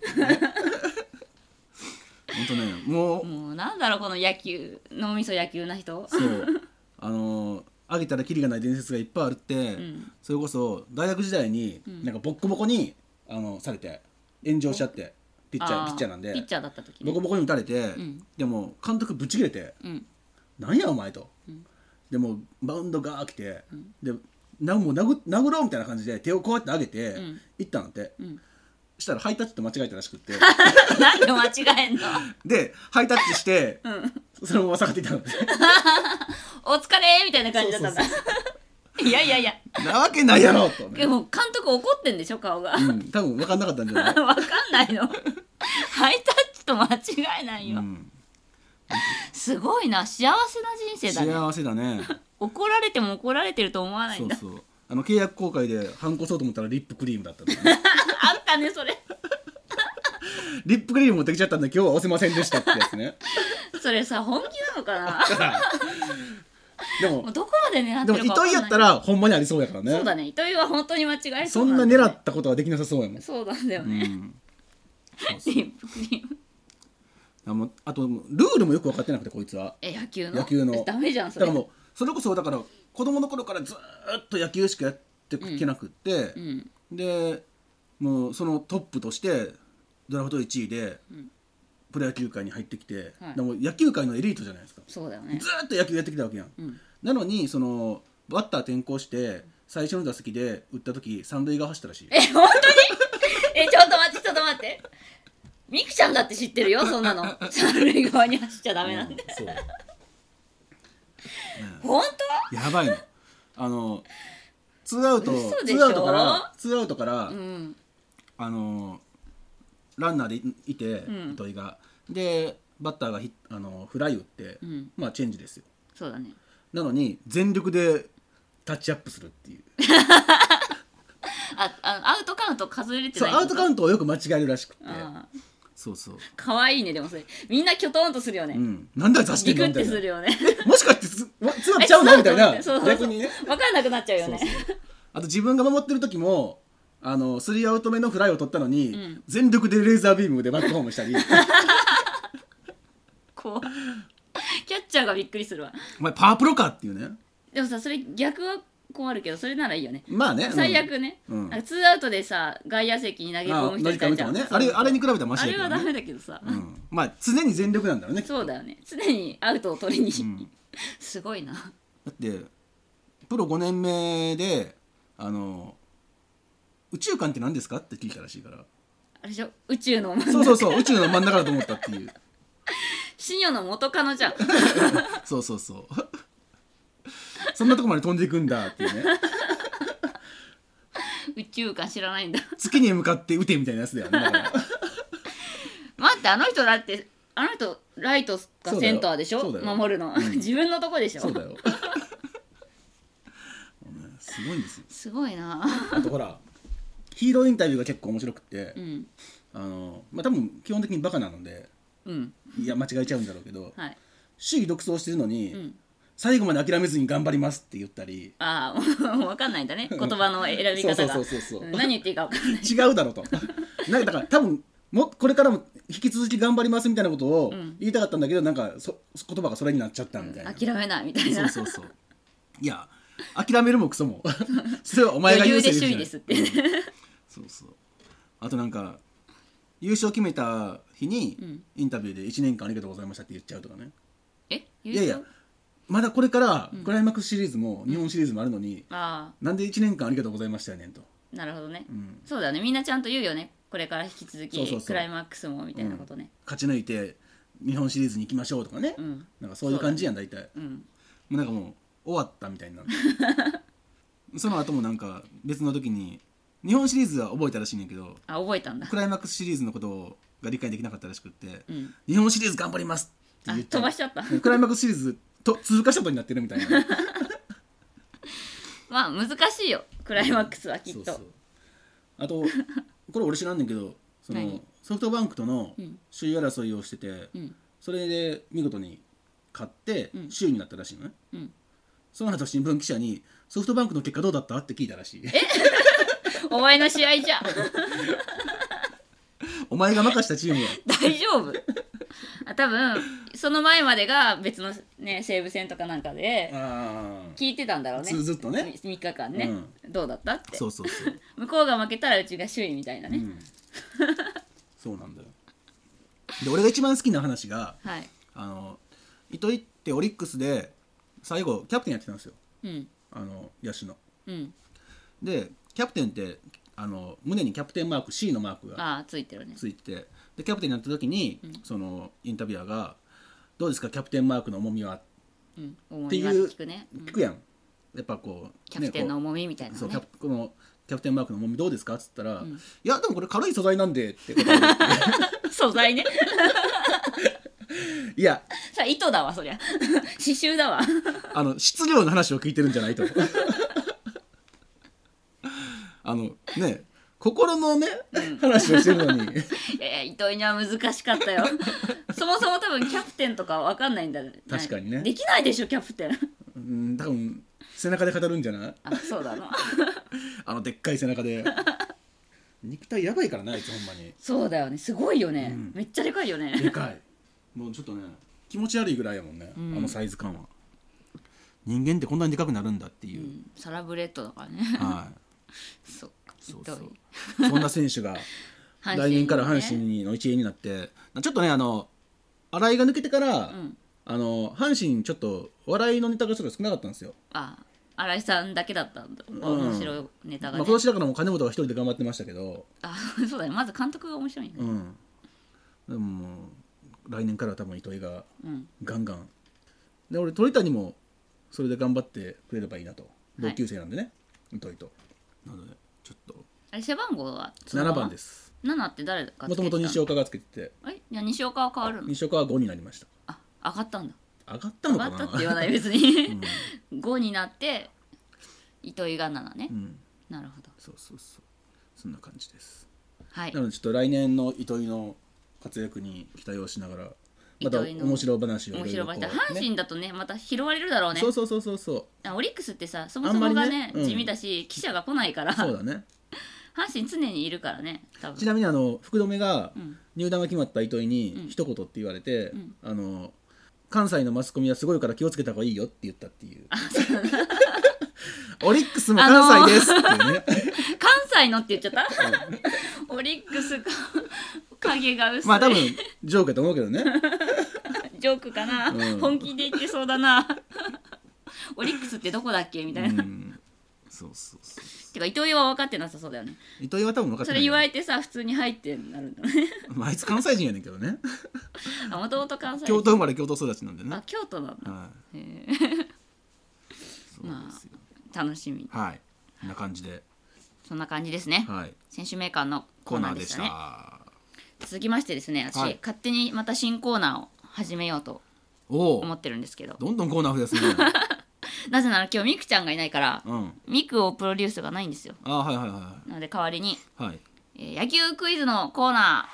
本当ね、もうなんだろうこの野球脳みそ野球な人。 そうあげたらキリがない伝説がいっぱいあるって、それこそ大学時代になんかボッコボコにされて炎上しちゃって、ピッチャーなんでピッチャーだった時、 ボコボコに打たれて、でも監督ぶっちぎれて、なんやお前と、でもバウンドが来て、でもう殴ろうみたいな感じで手をこうやって上げて行ったんだって、したらハイタッチと間違えたらしくって何で間違えんのでハイタッチして、そのまま下がっていったのお疲れみたいな感じだったんだ。いやなわけないやろと、 でも監督怒ってんでしょ顔が、 多分分かんなかったんじゃない分かんないのハイタッチと間違えないよ、すごいな、幸せな人生だね。 幸せだね怒られても怒られてると思わないんだ。 そう契約更改でハンコそうと思ったらリップクリームだったとか、ね、 あったねそれリップクリーム持ってきちゃったんで今日は押せませんでしたってやつねそれさ本気なのかなでもどこまで狙ってるか分かんない。 でも糸井やったらほんまにありそうやからね。 そうだね、糸井は本当に間違えそうなんだ、ね、 そんな狙ったことはできなさそうやもん。 そうなんだよね、 そうリップクリームあとルールもよく分かってなくてこいつは野球のダメじゃんそれ。 だからもうそれこそだから子供の頃からずっと野球しかやってきなくって、でもうそのトップとしてドラフト1位でプロ野球界に入ってきて、でも野球界のエリートじゃないですか。 そうだよね、 ずっと野球やってきたわけやん、なのにそのバッター転向して最初の打席で打った時三塁側走ったらしい。 本当にちょっと待ってミクちゃんだって知ってるよそんなの三塁側に走っちゃダメなんで、 そう本当やばいのツーアウトから、ランナーでいて、糸井がでバッターがフライ打って、まあチェンジですよ。 そうだね。 なのに全力でタッチアップするっていうアウトカウント数えれてない。 そうアウトカウントをよく間違えるらしくて、そうかわいいね。でもそれみんなキョトンとするよね、 なんであいつ走ってんのビクってするよねもしかしてツーアウトちゃうのみたいな、逆にね分かんなくなっちゃうよね。 あと自分が守ってる時もスリーアウト目のフライを取ったのに、全力でレーザービームでバックホームしたりこうキャッチャーがびっくりするわ。 お前パワープロかっていうね。 でもさそれ逆は困るけどそれならいいよね。 まあね、 最悪ね、なんかツーアウトでさ外野席に投げ込む人いたじゃん、 ね、あれに比べたらマシだけど、ね、 あれはダメだけどさ、 まあ常に全力なんだろうね。 そうだよね、常にアウトを取りに、すごいな。だってプロ5年目で宇宙館って何ですかって聞いたらしいから、 あれでしょ、宇宙の真ん中。そう宇宙の真ん中だと思ったっていう深夜の元カノじゃんそうそんなとこまで飛んでいくんだっていうね宇宙か知らないんだ月に向かって撃てみたいなやつだよね。だから待って、あの人だってライトかセンターでしょ、守るの、自分のとこでしょ。 そうだよすごいんですよ。 すごいな。 あとほらヒーローインタビューが結構面白くて、まあ多分基本的にバカなので、いや間違えちゃうんだろうけど、首位独走してるのに、最後まで諦めずに頑張りますって言ったり、 分かんないんだね、言葉の選び方が。何言っていいか分かんない。 違うだろうとなんかだから多分これからも引き続き頑張りますみたいなことを言いたかったんだけど、なんか言葉がそれになっちゃったみたいな、 諦めないみたいな。 そういや諦めるもクソもそれはお前が言うセリフじゃない。余裕で首位ですってそうあとなんか優勝決めた日にインタビューで1年間ありがとうございましたって言っちゃうとかね。いやまだこれからクライマックスシリーズも日本シリーズもあるのに、なんで1年間ありがとうございましたよねんと。 なるほどね、そうだよね、みんなちゃんと言うよね、これから引き続きクライマックスもみたいなことね、 勝ち抜いて日本シリーズに行きましょうとかね、なんかそういう感じやん大体。もうなんかもう終わったみたいなその後もなんか別の時に日本シリーズは覚えたらしいんやけど、 覚えたんだ。 クライマックスシリーズのことが理解できなかったらしくって、日本シリーズ頑張りますって言って飛ばしちゃった。 クライマックスシリーズと通過したことになってるみたいなまあ難しいよクライマックスはきっと。 そうそう。あとこれ俺知らんねんけど、その何ソフトバンクとのうん首位争いをしてて、 うんそれで見事に勝って首位になったらしいのね、 うん、 その後新聞記者にソフトバンクの結果どうだったって聞いたらしい。 お前の試合じゃお前が任したチームは大丈夫多分その前までが別のね西武戦とかなんかで聞いてたんだろうね、 ずっとね 3日間ね、どうだったって。 そうそうそう向こうが負けたらうちが首位みたいなね、 そうなんだよ。で俺が一番好きな話が、 はい、 糸井ってオリックスで最後キャプテンやってたんですよ、野手の、でキャプテンって胸にキャプテンマーク C のマークがついてるね、 ついてて、でキャプテンになった時に、そのインタビュアーが「どうですかキャプテンマークの重みは?」っていう聞くやん。やっぱこうキャプテンの重みみたいなね、 そうこのキャプテンマークの重みどうですかっつったら、いやでもこれ軽い素材なんでって答えるって素材ねいやさあ糸だわそりゃ刺繍だわ質量の話を聞いてるんじゃないとね心のね、話をしてるのにいや糸井には難しかったよそもそも多分キャプテンとか分かんないんだ。 確かにねできないでしょキャプテン多分背中で語るんじゃない？ そうだなでっかい背中で肉体やばいからねあいつほんまに。 そうだよねすごいよね、めっちゃでかいよね。 でかいもうちょっとね気持ち悪いぐらいやもんね、サイズ感は。人間ってこんなにでかくなるんだっていう、 サラブレッドだからねはいそっかそうそんな選手が来年から阪神の一員になってちょっとね新井が抜けてから、阪神ちょっと笑いのネタがちょっと少なかったんですよ。 新井さんだけだったんだ、面白いネタがね。 今年だからもう金本が一人で頑張ってましたけどそうだねまず監督が面白いね。 でももう来年からは多分糸井がガンガン、で俺鳥谷もそれで頑張ってくれればいいなと、同級生なんでね、糸井と。なのでちょっとあれ背番号は 7番です。 7って誰がつけてたの？ もともと西岡がつけてて、 いや西岡は変わるの？ 西岡は5になりました。 上がったんだ。 上がったのかな？ 上がったって言わない別に、5になって糸井が7ね、なるほど。 そうそんな感じです。 はい。 なのでちょっと来年の糸井の活躍に期待をしながらまた面白話をいろいろ阪神だとねまた拾われるだろうね。 そうオリックスってさそもそもがね地味だし記者が来ないから。 そうだね。 阪神常にいるからね多分。 ちなみに福留が入団が決まった糸井に一言って言われて、関西のマスコミはすごいから気をつけた方がいいよって言ったっていう。オリックスも関西ですってね関西のって言っちゃった、オリックスか影が薄い。 まあ多分ジョークやと思うけどねジョークかな、本気で言ってそうだなオリックスってどこだっけみたいな、 そうてか糸井は分かってなさそうだよね。 糸井は多分分かってない。 それ言われてさ普通に入ってなるんだねあいつ関西人やねんけどねもともと関西人。 京都生まれ京都育ちなんでね。 京都なんだ、 そうですよ。 楽しみ。 はい、こんな感じで。 そんな感じですね。選手名鑑のコーナーでしたね。続きましてですね、私、勝手にまた新コーナーを始めようと思ってるんですけど。 どんどんコーナー増やすねなぜなら今日ミクちゃんがいないから、ミクをプロデュースがないんですよ。なので代わりに、野球クイズのコーナ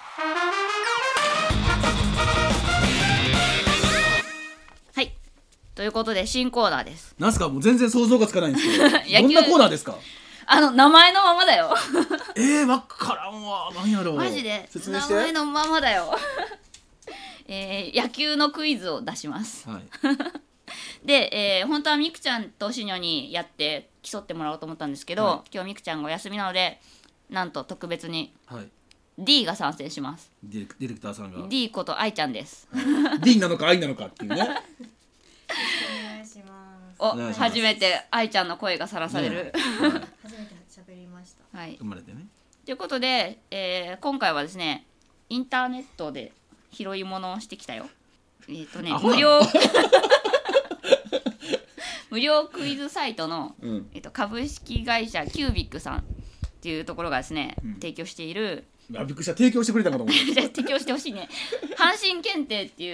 ー。はい、ということで新コーナーです。 なんすか、もう全然想像がつかないんですけどどんなコーナーですか？ 名前のままだよわっからんわ。何やろう。 マジで説明して。 名前のままだよ野球のクイズを出します、で、本当はみくちゃんとしにょにやって競ってもらおうと思ったんですけど、今日みくちゃんがお休みなのでなんと特別に D が参戦します。 ディレクターさんが D こと愛ちゃんです、 D なのか愛なのかっていうねお願いします。 初めて愛ちゃんの声がさらされる、 初めて喋りました。 生まれてね。 ということで、今回はですねインターネットで拾い物をしてきたよ。無料クイズサイトの、株式会社キュービックさんっていうところがですね、提供している。 びっくりした、提供してくれたかと思った提供してほしいね阪神検定っていう、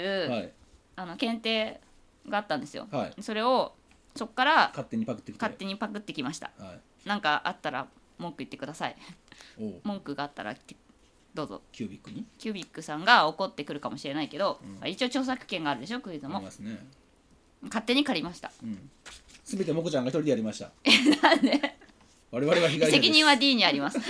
検定があったんですよ、それをそこから勝手にパクってきました、 なんかあったら文句言ってください。文句があったらどうぞ。 キュービックにキュービックさんが怒ってくるかもしれないけど、一応著作権があるでしょクイズも。 ありますね。 勝手に借りました。 全てもこちゃんが一人でやりました。 なんで我々は被害者です。 責任は D にあります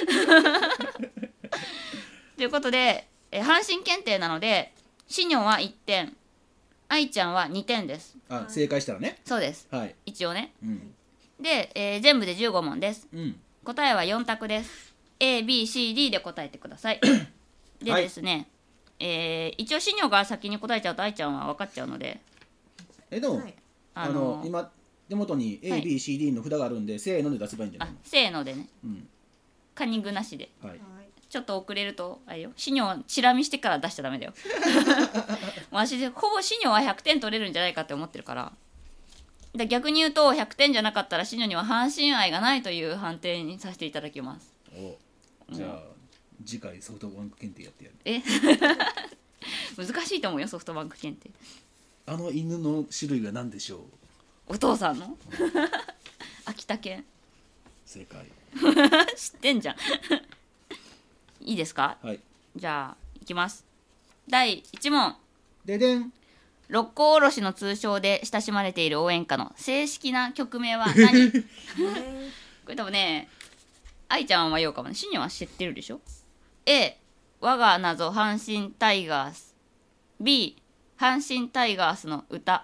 ということで、阪神検定なのでシニョは1点、愛ちゃんは2点です。 正解したらね。 そうです、 はい、 一応ね。で、全部で15問です。答えは4択です。 ABCD で答えてくださいでですね、一応シニョが先に答えちゃうと愛ちゃんは分かっちゃうので。 でも、今手元に ABCD の札があるんで、せーので出せばいいんじゃないの。 せーのでね、カンニングなしで。ちょっと遅れるとあれよ、シニョチラ見してから出しちゃダメだよ私でほぼシニョは100点取れるんじゃないかって思ってるから。逆に言うと100点じゃなかったらシニョには阪神愛がないという判定にさせていただきます。 じゃあ次回ソフトバンク検定やってやる。難しいと思うよソフトバンク検定。 あの犬の種類は何でしょう。 お父さんの秋田県。 正解知ってんじゃんいいですか。じゃあいきます。第1問。 ででん。 六甲おろしの通称で親しまれている応援歌の正式な曲名は何これ多分ね愛ちゃんは言おうかもね。シニョは知ってるでしょ。 A 我が謎阪神タイガース、 B 阪神タイガースの歌、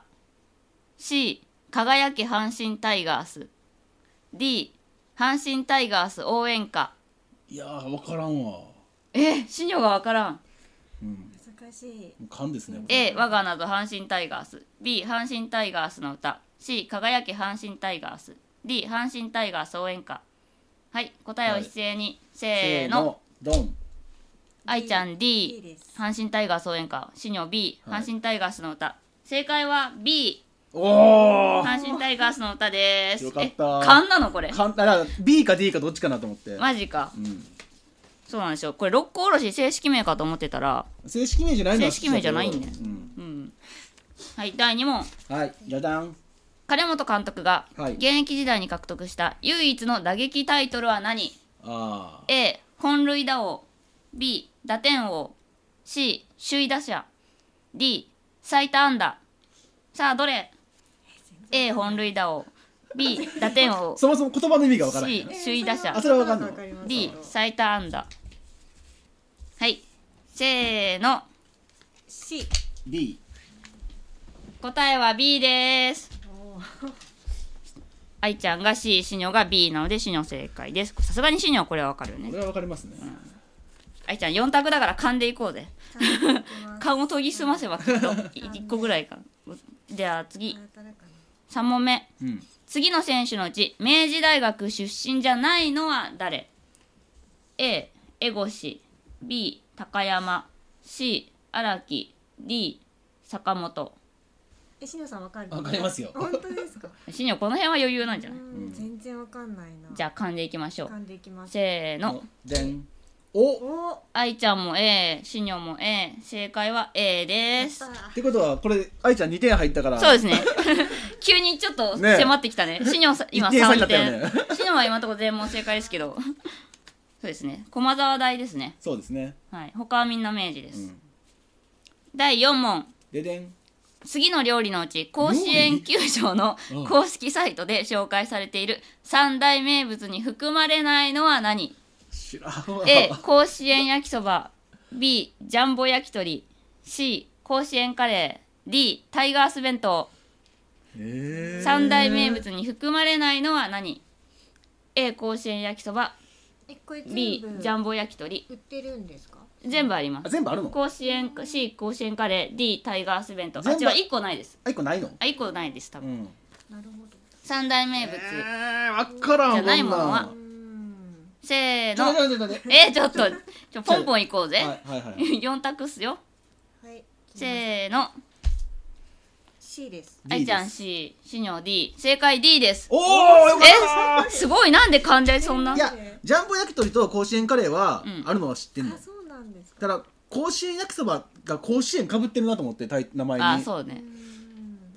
C 輝け阪神タイガース、 D 阪神タイガース応援歌。 いやー分からんわ。 シニョが分からん。 難しい。 勘ですね。 A 我がなど阪神タイガース、 B 阪神タイガースの歌、 C 輝け阪神タイガース、 D 阪神タイガース応援歌。はい、答えを一斉に、せーの。 ドン。 愛ちゃん D 阪神タイガース応援歌、シニョ B 阪神タイガースの歌。正解は B 阪神タイガースの歌です。 よかった。 勘なのこれ。 B か D かどっちかなと思って。 マジか。そうなんですよ。これ六甲おろし正式名かと思ってたら正式名じゃないんだ。 正式名じゃないんだよ。はい、第2問。 はい、じゃじゃん。 金本監督が現役時代に獲得した唯一の打撃タイトルは何。 A 本塁打王、 B 打点王、 C 首位打者、 D 最多安打。さあどれ。 A 本塁打王、 B 打点王そもそも言葉の意味が分からない。 C 首位打者、 それは分かんない。 D 最多安打。はい、せーの。 C B。 答えは B です。愛ちゃんが C、 シニョが B なのでシニョ正解です。さすがにシニョはこれは分かるよね。 これは分かりますね。 愛ちゃん4択だから勘でいこうぜ。勘を研ぎ澄ませばきっと1個ぐらいか。では次3問目、次の選手のうち明治大学出身じゃないのは誰。 A 江越、 B 高山、 C 荒木、 D 坂本。 シニョさんわかる。 わかりますよ。 本当ですか。 シニョこの辺は余裕なんじゃない。 全然わかんないな。 じゃあ勘でいきましょう。 勘でいきます。 せーの。 でん。お。 愛ちゃんも A、 シニョも A、 正解は A です。 ってことはこれ愛ちゃん2点入ったから。 そうですね急にちょっと迫ってきたね。シニョ今3点、シニョは今のところ全問正解ですけどそうですね、駒沢大ですね。 そうですね。 はい、他はみんな明治です。第4問。 ででん。次の料理のうち甲子園球場の公式サイトで紹介されている三大名物に含まれないのは何。 A 甲子園焼きそば、 B ジャンボ焼き鳥、 C 甲子園カレー、 D タイガース弁当。三大名物に含まれないのは何。 A 甲子園焼きそば、 B ジャンボ焼き鳥。 売ってるんですか。 全部あります。 全部あるの。 甲子園 C 甲子園カレー、 D タイガース弁当。あっちは1個ないです。 1個ないの。 1個ないです多分。 なるほど。 三大名物分からんじゃないものはせーの。ちょっとポンポンいこうぜ。4択っすよ。せーの。 C です。 愛ちゃん C、 シニョ D。 正解 D です。 おお、よかった。 すごい。なんで勘でそんな。 いやジャンボ焼き鳥と甲子園カレーはあるのは知ってんの。 そうなんですか。 ただ甲子園焼きそばが甲子園かぶってるなと思って名前に。 そうね。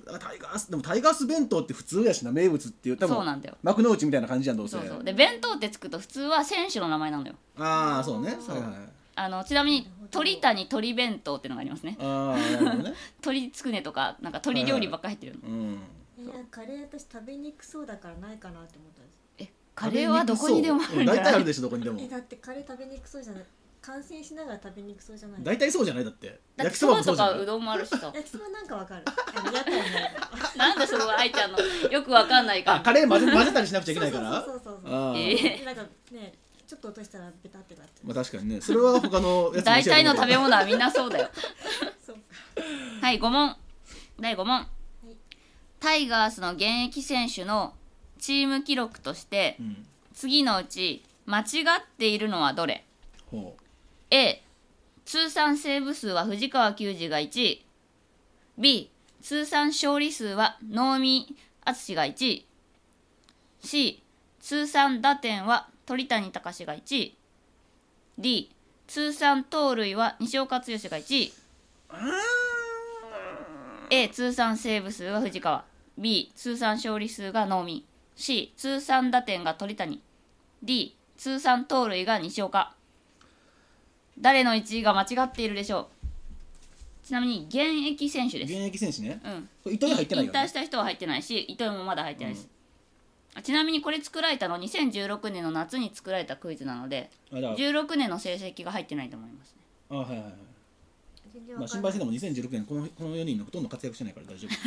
タイガースでもタイガース弁当って普通やしな、名物っていう多分そうなんだよ。 幕の内みたいな感じじゃんどうせ。 そうで弁当ってつくと普通は選手の名前なのよ。 ああそうね。 そうはいはい。 ちなみに鳥谷鳥弁当っていうのがありますね。 ああなるほどね。 鳥つくねとかなんか鳥料理ばっかり入ってるの。 カレー私食べにくそうだからないかなって思ったんです。 カレーはどこにでもあるんじゃない？ 大体あるでしょどこにでも。 だってカレー食べにくそうじゃない、感染しながら食べにくそうじゃない。 大体そうじゃないだって。 だって焼きそばもそうじゃない。 そばとかうどんもあるしさ。 焼きそばなんかわかる。屋台になるから。 なんでそこ愛ちゃんのよくわかんないから。 カレー混ぜたりしなくちゃいけないから。 そう。 なんかね、ちょっと落としたらベタってなってる。 まあ確かにね。それは他のやつも大体の食べ物はみんなそうだよ。 そうか。 はい5問。第5問。タイガースの現役選手のチーム記録として、次のうち間違っているのはどれ？ A 通算セーブ数は藤川球児が1位。 B 通算勝利数は能見篤が1位。 C 通算打点は鳥谷敬が1位。 D 通算盗塁は西岡剛が1位。A 通算セーブ数が藤川、 B 通算勝利数が能見、 C 通算打点が鳥谷、 D 通算盗塁が西岡。誰の1位が間違っているでしょう？ちなみに現役選手です。 現役選手ね。 うん、 糸井入ってないよね。 引退した人は入ってないし、糸井もまだ入ってないです。ちなみにこれ作られたの2016年の夏に作られたクイズなので、16年の成績が入ってないと思いますね。 はいはいはい。まあ心配しても2016年この4人のほとんど活躍してないから大丈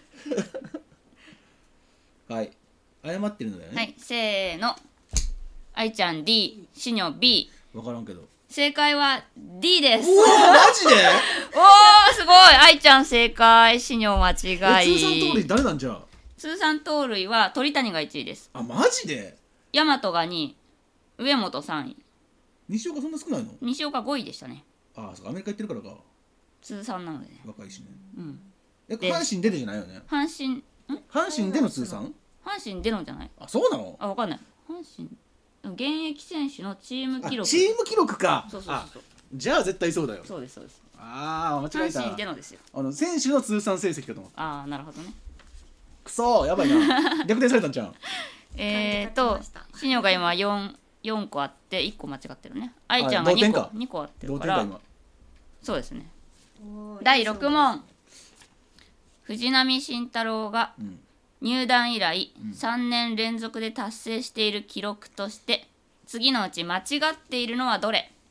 夫。はい。謝ってるのだよね。 はい、せーの。愛ちゃん D、しにょ B。 分からんけど。 正解は D です。 おおマジで？ おーすごい。愛ちゃん正解、しにょ間違い。 通算盗塁誰なんじゃ？ 通算盗塁は鳥谷が1位です。 あマジで？ 大和が2位、上本3位。 西岡そんな少ないの？ 西岡5位でしたね。 ああそうアメリカ行ってるからか。 通算なのでね。 若いしね。 うん。 阪神出てじゃないよね。 阪神での通算？ 阪神でのじゃない？ あそうなの？ あ分かんない。阪神現役選手のチーム記録。 チーム記録か。 そうそう。 じゃあ絶対そうだよ。 そうですそうです。 ああ間違えた。 阪神でのですよ。 選手の通算成績かと思った。 ああなるほどね。 くそーやばいな。逆転されたんじゃん。 シニョが今4個あって1個間違ってるね。愛ちゃんが2個あってるから。そうですね。第6問。藤浪晋太郎が入団以来3年連続で達成している記録として次のうち間違っているのはどれ？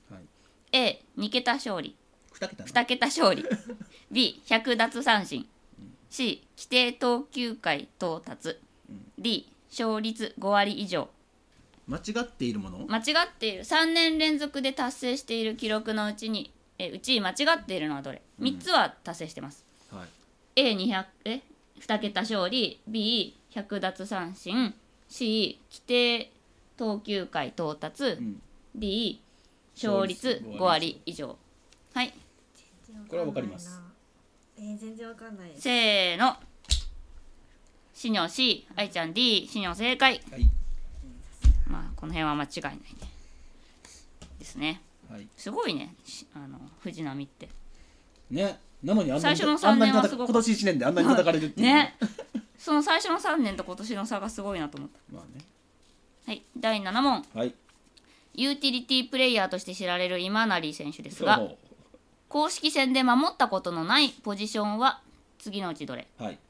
A 2桁勝利2桁勝利B 100奪三振 C 規定投球回到達 D 勝率5割以上。 間違っているもの？ 間違っている3年連続で達成している記録のうち間違っているのはどれ？ 3 つは達成してます。A200 2桁勝利 B100 奪三振 C 規定投球回到達、D 勝率5割以上。はい、 これは分かります。 全然わかんない。 せーの。しにょ C、 愛ちゃん D、 しにょ正解。まあこの辺は間違いないねですね。すごいね、藤浪ってね。なのに最初の3年はすごく今年1年であんなに叩かれるっていうね。その最初の3年と今年の差がすごいなと思った。 まあね。 はい、第7問。ユーティリティプレイヤーとして知られる今成選手ですが、公式戦で守ったことのないポジションは次のうちどれ？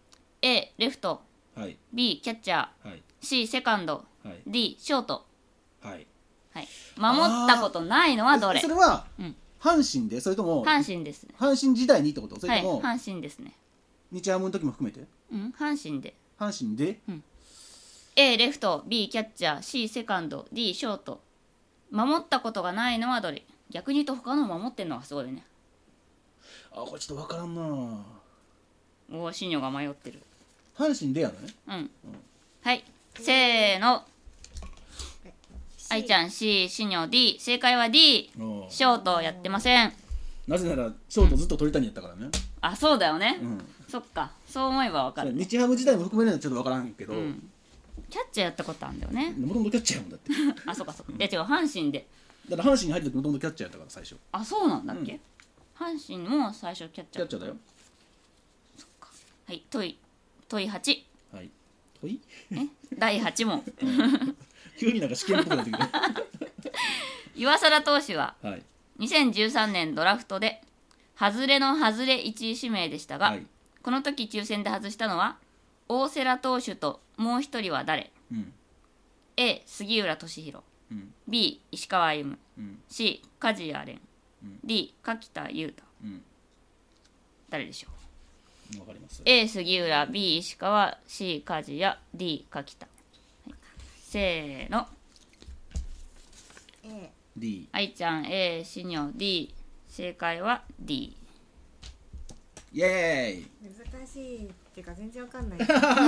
A レフト、B キャッチャー、C セカンド、D ショート。守ったことないのはどれ？ それは阪神でそれとも阪神です。 阪神時代にってこと？それとも阪神ですね。 日ハムの時も含めて？ 阪神で。A レフト、 B キャッチャー、 C セカンド、 D ショート。守ったことがないのはどれ？逆に言うと他の守ってんのがすごいよね。 これちょっと分からんな。 おシニョが迷ってる。 阪神でやのね。 はい、せーの。愛ちゃん C、 シニョ D。 正解は D、 ショートやってません。 なぜならショートずっと鳥谷やったからね。 あ、そうだよね。そっか、そう思えば分かる。 日ハム時代も含めるのはちょっと分からんけど、 キャッチャーやったことあるんだよね。 もともとキャッチャーやもんだって。 あ、そうかそうか。いや違う、阪神で。 だから阪神に入る時もともとキャッチャーやったから最初。 あ、そうなんだっけ？阪神も最初キャッチャー。 キャッチャーだよ。 そっか。はい、と問い8。 はい。問い？ 第8問。 急になんか試験っぽくなってきた。 岩貞投手ははい。 2013年ドラフトで外れの外れ1位指名でしたが、 はい。 この時抽選で外したのは大瀬良投手ともう一人は誰？ A 杉浦俊弘、B 石川歩夢、C 梶谷蓮、D 柿田優太、誰でしょう？ わかります。 A 杉浦、 B 石川、 C 梶谷、 D 柿田、せーの。 A。 D。 愛ちゃん A、 しにょ D。 正解は D。 イエーイ。 難しいっていうか全然わかんない。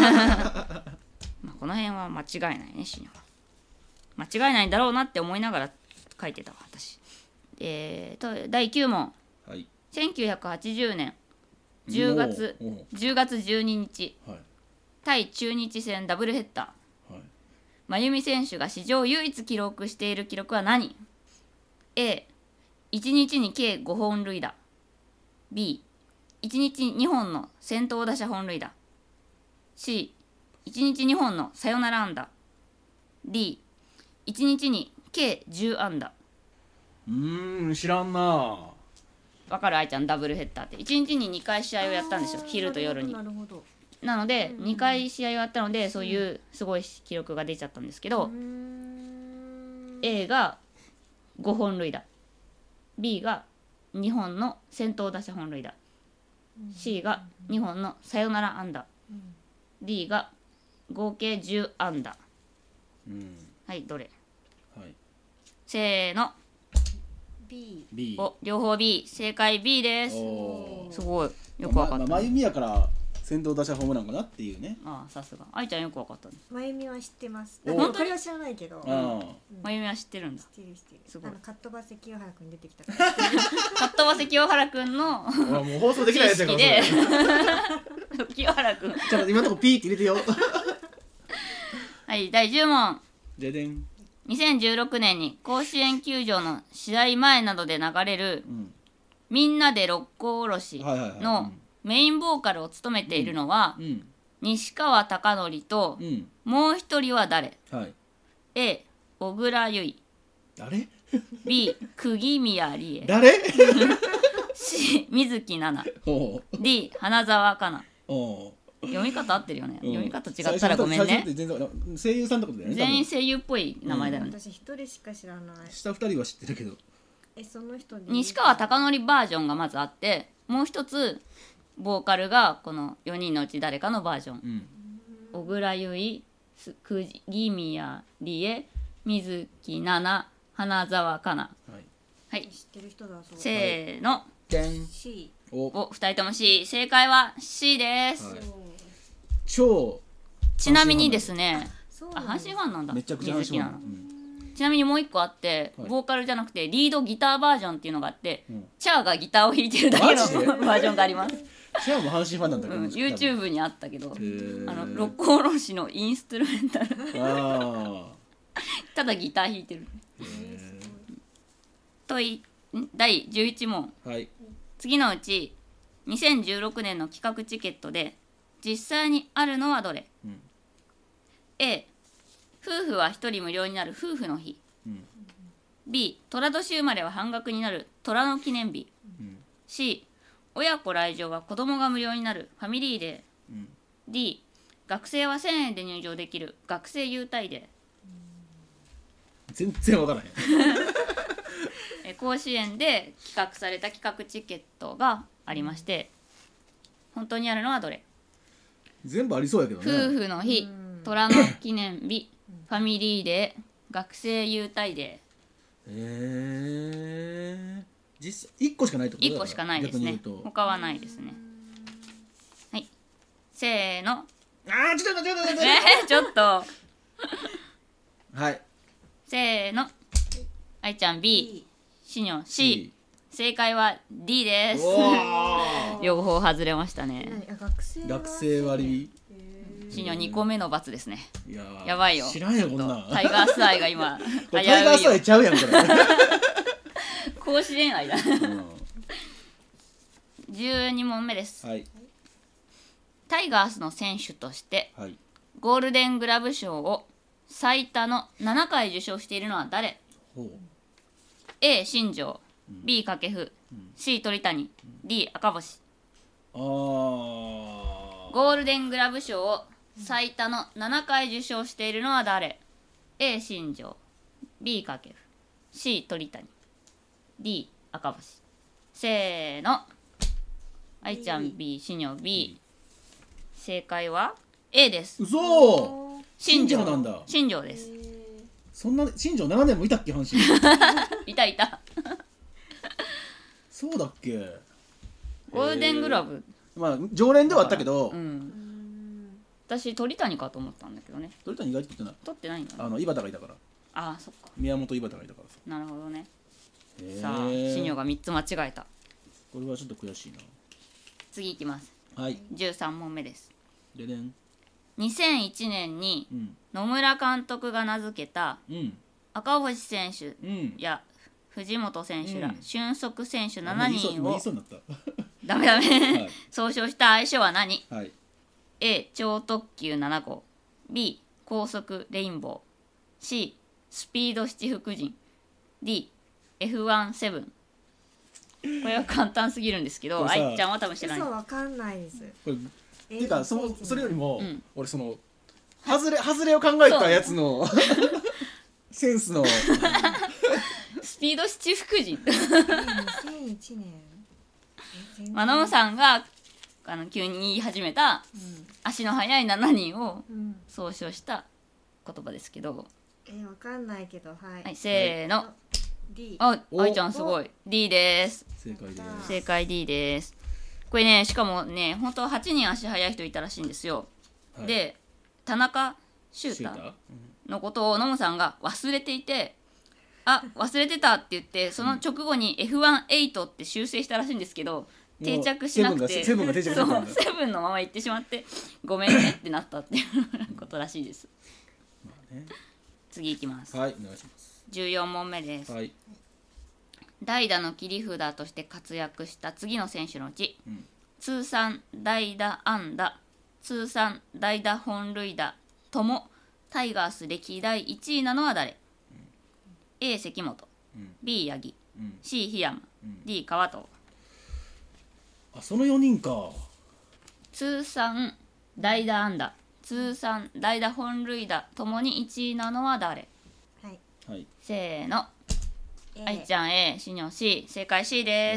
この辺は間違いないね。しにょは間違いないんだろうなって思いながら書いてたわ私。第9問、 はい。 1980年10月12日、 はい。 対中日戦ダブルヘッダー、 はい。 真由美選手が史上唯一記録している記録は何？ A、 1日に計5本塁打、 B、 1日2本の先頭打者本塁打、 C、 1日2本のサヨナラ安打、 D、 1日に計10安打。 知らんな。 わかる？愛ちゃん、ダブルヘッダーって1日に2回試合をやったんですよ、昼と夜に。 なるほど。 なので2回試合をやったのでそういうすごい記録が出ちゃったんですけど、A が5本塁打、 B が2本の先頭打者本塁打、 C が2本のサヨナラ安打、 D が合計10安打。はい、どれ？ はい。 せーの。 B。 お、両方 B。 正解 B です。すごいよくわかった。 真由美やから先頭打者ホームランかなっていうね。 ああ、さすが。愛ちゃんよくわかったね。 真由美は知ってます。 おこれは知らないけど。 真由美は知ってるんだ。 知ってる知ってる。 すごい。 カットバセ清原くん出てきたから。 カットバセ清原くんのもう放送できないやつやからで清原くん。 ちょっと今のとこピーって入れてよ。 はい、第10問。 ででん。 2016年に甲子園球場の試合前などで流れる、みんなで六甲おろしのメインボーカルを務めているのは、西川貴教と、もう一人は誰？ A 小倉優衣、 誰？ B 釘宮理恵、 誰？ C 水木奈々、 D 花澤香菜。読み方合ってるよね。読み方違ったらごめんね。 声優さんってことだよね。 全員声優っぽい名前だよね。 私一人しか知らない。 下2人は知ってるけど。 その人で西川貴教バージョンがまずあって、もう一つボーカルがこの4人のうち誰かのバージョン。小倉優衣、釘宮理恵、水木奈々、花澤香菜。はい。 知ってる人だそう。 せーの。 C。 お、2人とも C。正解は C です。 超。 ちなみにですね、阪神ファンなんだ。 めちゃくちゃ阪神ファン。 ちなみにもう一個あって、ボーカルじゃなくてリードギターバージョンっていうのがあって、チャーがギターを弾いてるだけのバージョンがあります。 チャーも阪神ファンなんだけど、 YouTube にあったけど、六甲おろしのインストゥルメンタルただギター弾いてる。第11問、次のうち2016年の企画チケットで実際にあるのはどれ？ A 夫婦は1人無料になる夫婦の日、B 寅年生まれは半額になる寅の記念日、C 親子来場は子供が無料になるファミリーデー、D 学生は1000円で入場できる学生優待デー。全然分からへん。 甲子園で企画された企画チケットがありまして、本当にあるのはどれ？ 全部ありそうやけどね。 夫婦の日、虎の記念日、ファミリーデー、学生優待デー。実1個しかないってことだから。 1個しかないですね。他はないですね。はい、せーの。ちょっとはい、 せーの。愛ちゃん B、 しにょ C。 正解は D です。両方外れましたね。 学生割。 しにょ2個目の罰ですね。やばいよ。 知らんよこんな。 タイガース愛が今タイガース愛ちゃうやんこれ。 甲子園愛だ。12問目です。 タイガースの選手としてはいゴールデングラブ賞を最多の7回受賞しているのは誰？ A 新庄、B 掛布、C 鳥谷、D 赤星。ゴールデングラブ賞を最多の7回受賞しているのは誰？ A 新庄、B 掛布、C 鳥谷、D 赤星。せーの。愛ちゃん B、シニョ B。正解は A です。 嘘。 新庄なんだ。 新庄です。 そんな新庄7年もいたっけ阪神いたいたそうだっけ。 ゴールデングラブ、 まあ常連ではあったけど、 私鳥谷かと思ったんだけどね。 鳥谷意外と取ってない。 取ってないんだ、 ね、井端がいたから。 ああそっか。 宮本井端がいたからさ。 なるほどね。さあ新庄が3つ間違えた。 これはちょっと悔しいな。 次いきます。 はい 13問目です。 ででん。 2001年に野村監督が名付けた赤星選手や藤本選手ら俊足選手7人をダメダメ総称した愛称は何？ A 超特急7号、 B 高速レインボー、 C スピード七福神、 D F17。 これは簡単すぎるんですけど、愛ちゃんは多分知らない。 嘘わかんないです。 ていうかそれよりも、俺その外れを考えたやつのセンスのスピード七福神 2001年ノムさんが急に言い始めた、足の速い7人を総称した言葉ですけど、 わかんないけど、はい、 せーの、 D。 愛ちゃんすごい。 D です。 正解です。 正解 D です。これね、しかもね、本当は8人足速い人いたらしいんですよ、で田中秀太のことをノムさんが忘れていて、忘れてたって言ってその直後に F18 って修正したらしいんですけど、定着しなくてセブンが定着しなかった。 セブンのまま行ってしまってごめんねってなったっていうことらしいです。次いきます。 はい、お願いします。 14問目です。 はい。 代打の切り札として活躍した次の選手のうち、通算代打安打、通算代打本塁打ともタイガース歴代1位なのは誰？ A 関本、B 八木、C 檜山、D 川藤。 その4人か。 通算代打安打、通算代打本塁打ともに1位なのは誰？ はい、 せーの。愛ちゃん A、シニョ C。正解 C です。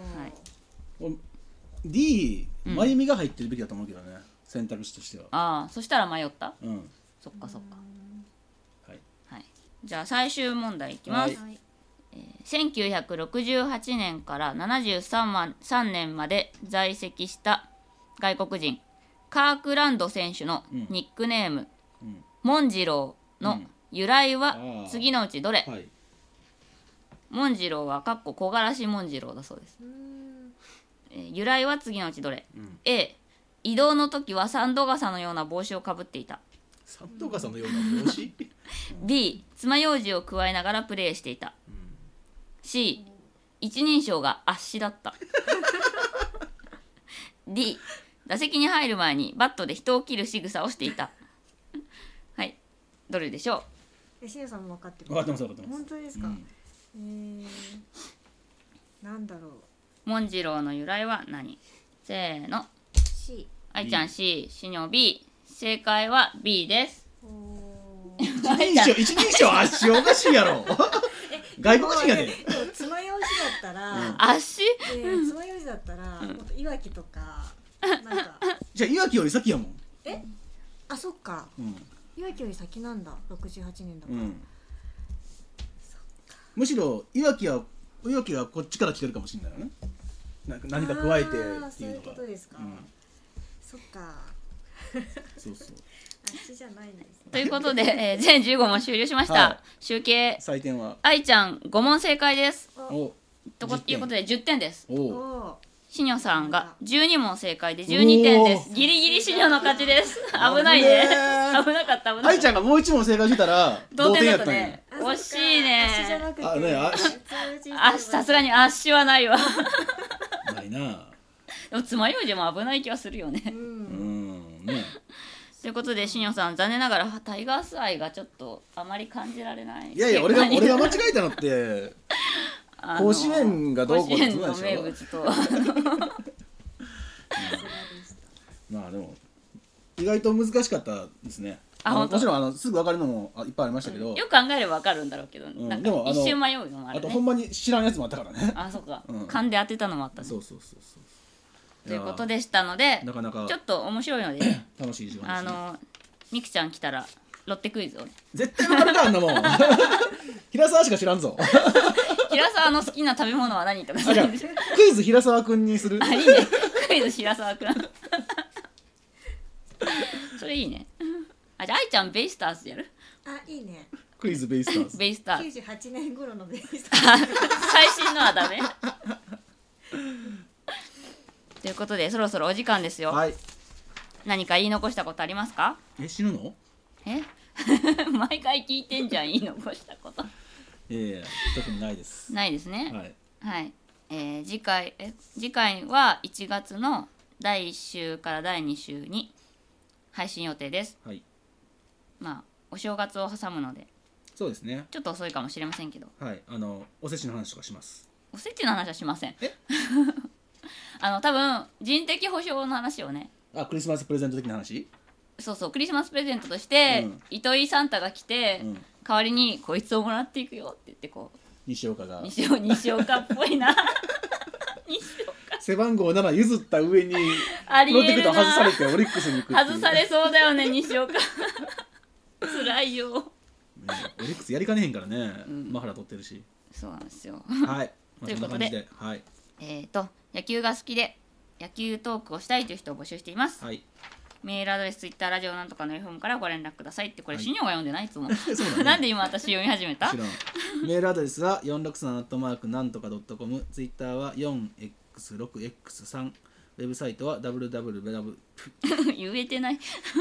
D、真由美が入ってるべきだと思うけどね、選択肢としては。 そしたら迷った。そっか。 はい、 じゃあ最終問題いきます。1968年から73年まで在籍した外国人カークランド選手のニックネーム、モンジローの由来は次のうちどれ？モンジローは木枯らしモンジローだそうです。由来は次のうちどれ？ A 移動の時はサンド傘のような帽子をかぶっていた。 サンド傘のような帽子 B 爪楊枝を加えながらプレーしていた。C 一人称があっしだった。D 打席に入る前にバットで人を切る仕草をしていた。はい、どれでしょう？しのさんも分かってる？ 分かってます。 本当ですか？なんだろう。 モンジローの由来は何？せーの。 C。 愛ちゃん C、シニョ B。正解は B です。 一人称あっしおかしいやろ外国人やで。 爪楊枝だったらあっし？ 爪楊枝だったらもっといわきとかなんかじゃあいわきより先やもん。 そっか、いわきより先なんだ。68年だから、 むしろいわきはこっちから来てるかもしれないよね。なんか何か加えてっていうのが。 そういうことですか。そっか。 そう足じゃないんですね。 ということで、全15問終了しました。集計採点は愛ちゃん5問正解です。ということで10点です。シニョさんが12問正解で12点です。ギリギリシニョの勝ちです。危ないね。危なかった。 愛ちゃんがもう1問正解してたら同点やったね。 惜しいね。 足じゃなくてさすがに足はないわ。 ないな。 でも爪楊枝も危ない気はするよね。 ね。 ということでしにょさん残念ながらタイガース愛がちょっとあまり感じられない。 いやいや俺が間違えたのって甲子園がどうこうってことでしょ。甲子園の名物とまあでも意外と難しかったですね。もちろんすぐ分かるのもいっぱいありましたけど、 よく考えれば分かるんだろうけど、なんか一瞬迷うのもあるね。 あとほんまに知らんやつもあったからね。 あ、そうか、勘で当てたのもあったね。 そうということでしたので、 なかなかちょっと面白いので楽しい時間ですね。 みくちゃん来たらロッテクイズを絶対分かるかあんなもん平沢しか知らんぞ平沢の好きな食べ物は何とかクイズ平沢くんにする。 あ、いいね、クイズ平沢くんそれいいね。あ、じゃあ愛ちゃんベイスターズやる。 あ、いいね。 クイズベイスターズ。 ベイスターズ 98年頃のベイスターズ最新のはダメということでそろそろお時間ですよ。 はい。 何か言い残したことありますか？ 死ぬの？ 毎回聞いてんじゃん、言い残したこと。 いや特にないです。 ないですね。 はい。 次回は1月の第1週から第2週に配信予定です。 はい。 まあお正月を挟むのでそうですね。 ちょっと遅いかもしれませんけど、 はい、おせちの話とかします。 おせちの話はしません。多分人的保障の話をね。 クリスマスプレゼント的な話。 そうクリスマスプレゼントとして、糸井サンタが来て、代わりにこいつをもらっていくよって言ってこう西岡が西岡っぽいな西岡背番号7譲った上にありえるな、 プロテクト外されてオリックスに行くっていう。 外されそうだよね西岡辛いよ、 オリックスやりかねへんからね、マハラ取ってるし。 そうなんですよ。 はい、 ということで、 はい、 野球が好きで野球トークをしたいという人を募集しています。 はい。 メールアドレス、ツイッター、ラジオなんとかの FM からご連絡くださいって、これシニョが読んでないいつもなんで今私読み始めた？ 知らん。メールアドレスは463なんとか .com、 ツイッターは 4x6x3、ウェブサイトは www 言えてない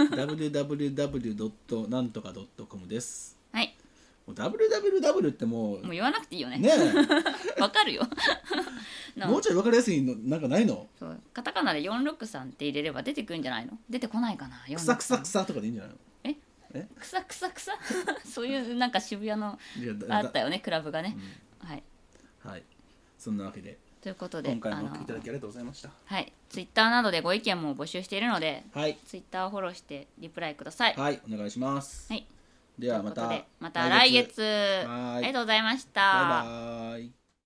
www. なんとか .com です。 はい。 もう www ってもう言わなくていいよね。 ねえわかるよもうちょい分かりやすいのなんかないの？ そうカタカナで463って入れれば出てくるんじゃないの？出てこないかな。 くさくさくさとかでいいんじゃないの？ くさくさくさそういうなんか渋谷のあったよね、クラブがね、はいはい。そんなわけでということで今回もお聞きいただきありがとうございました。 はい、ツイッターなどでご意見も募集しているので、 はい、 ツイッターをフォローしてリプライください。 はい、お願いします。 はい、 ではまた来月ありがとうございました。 バイバイ。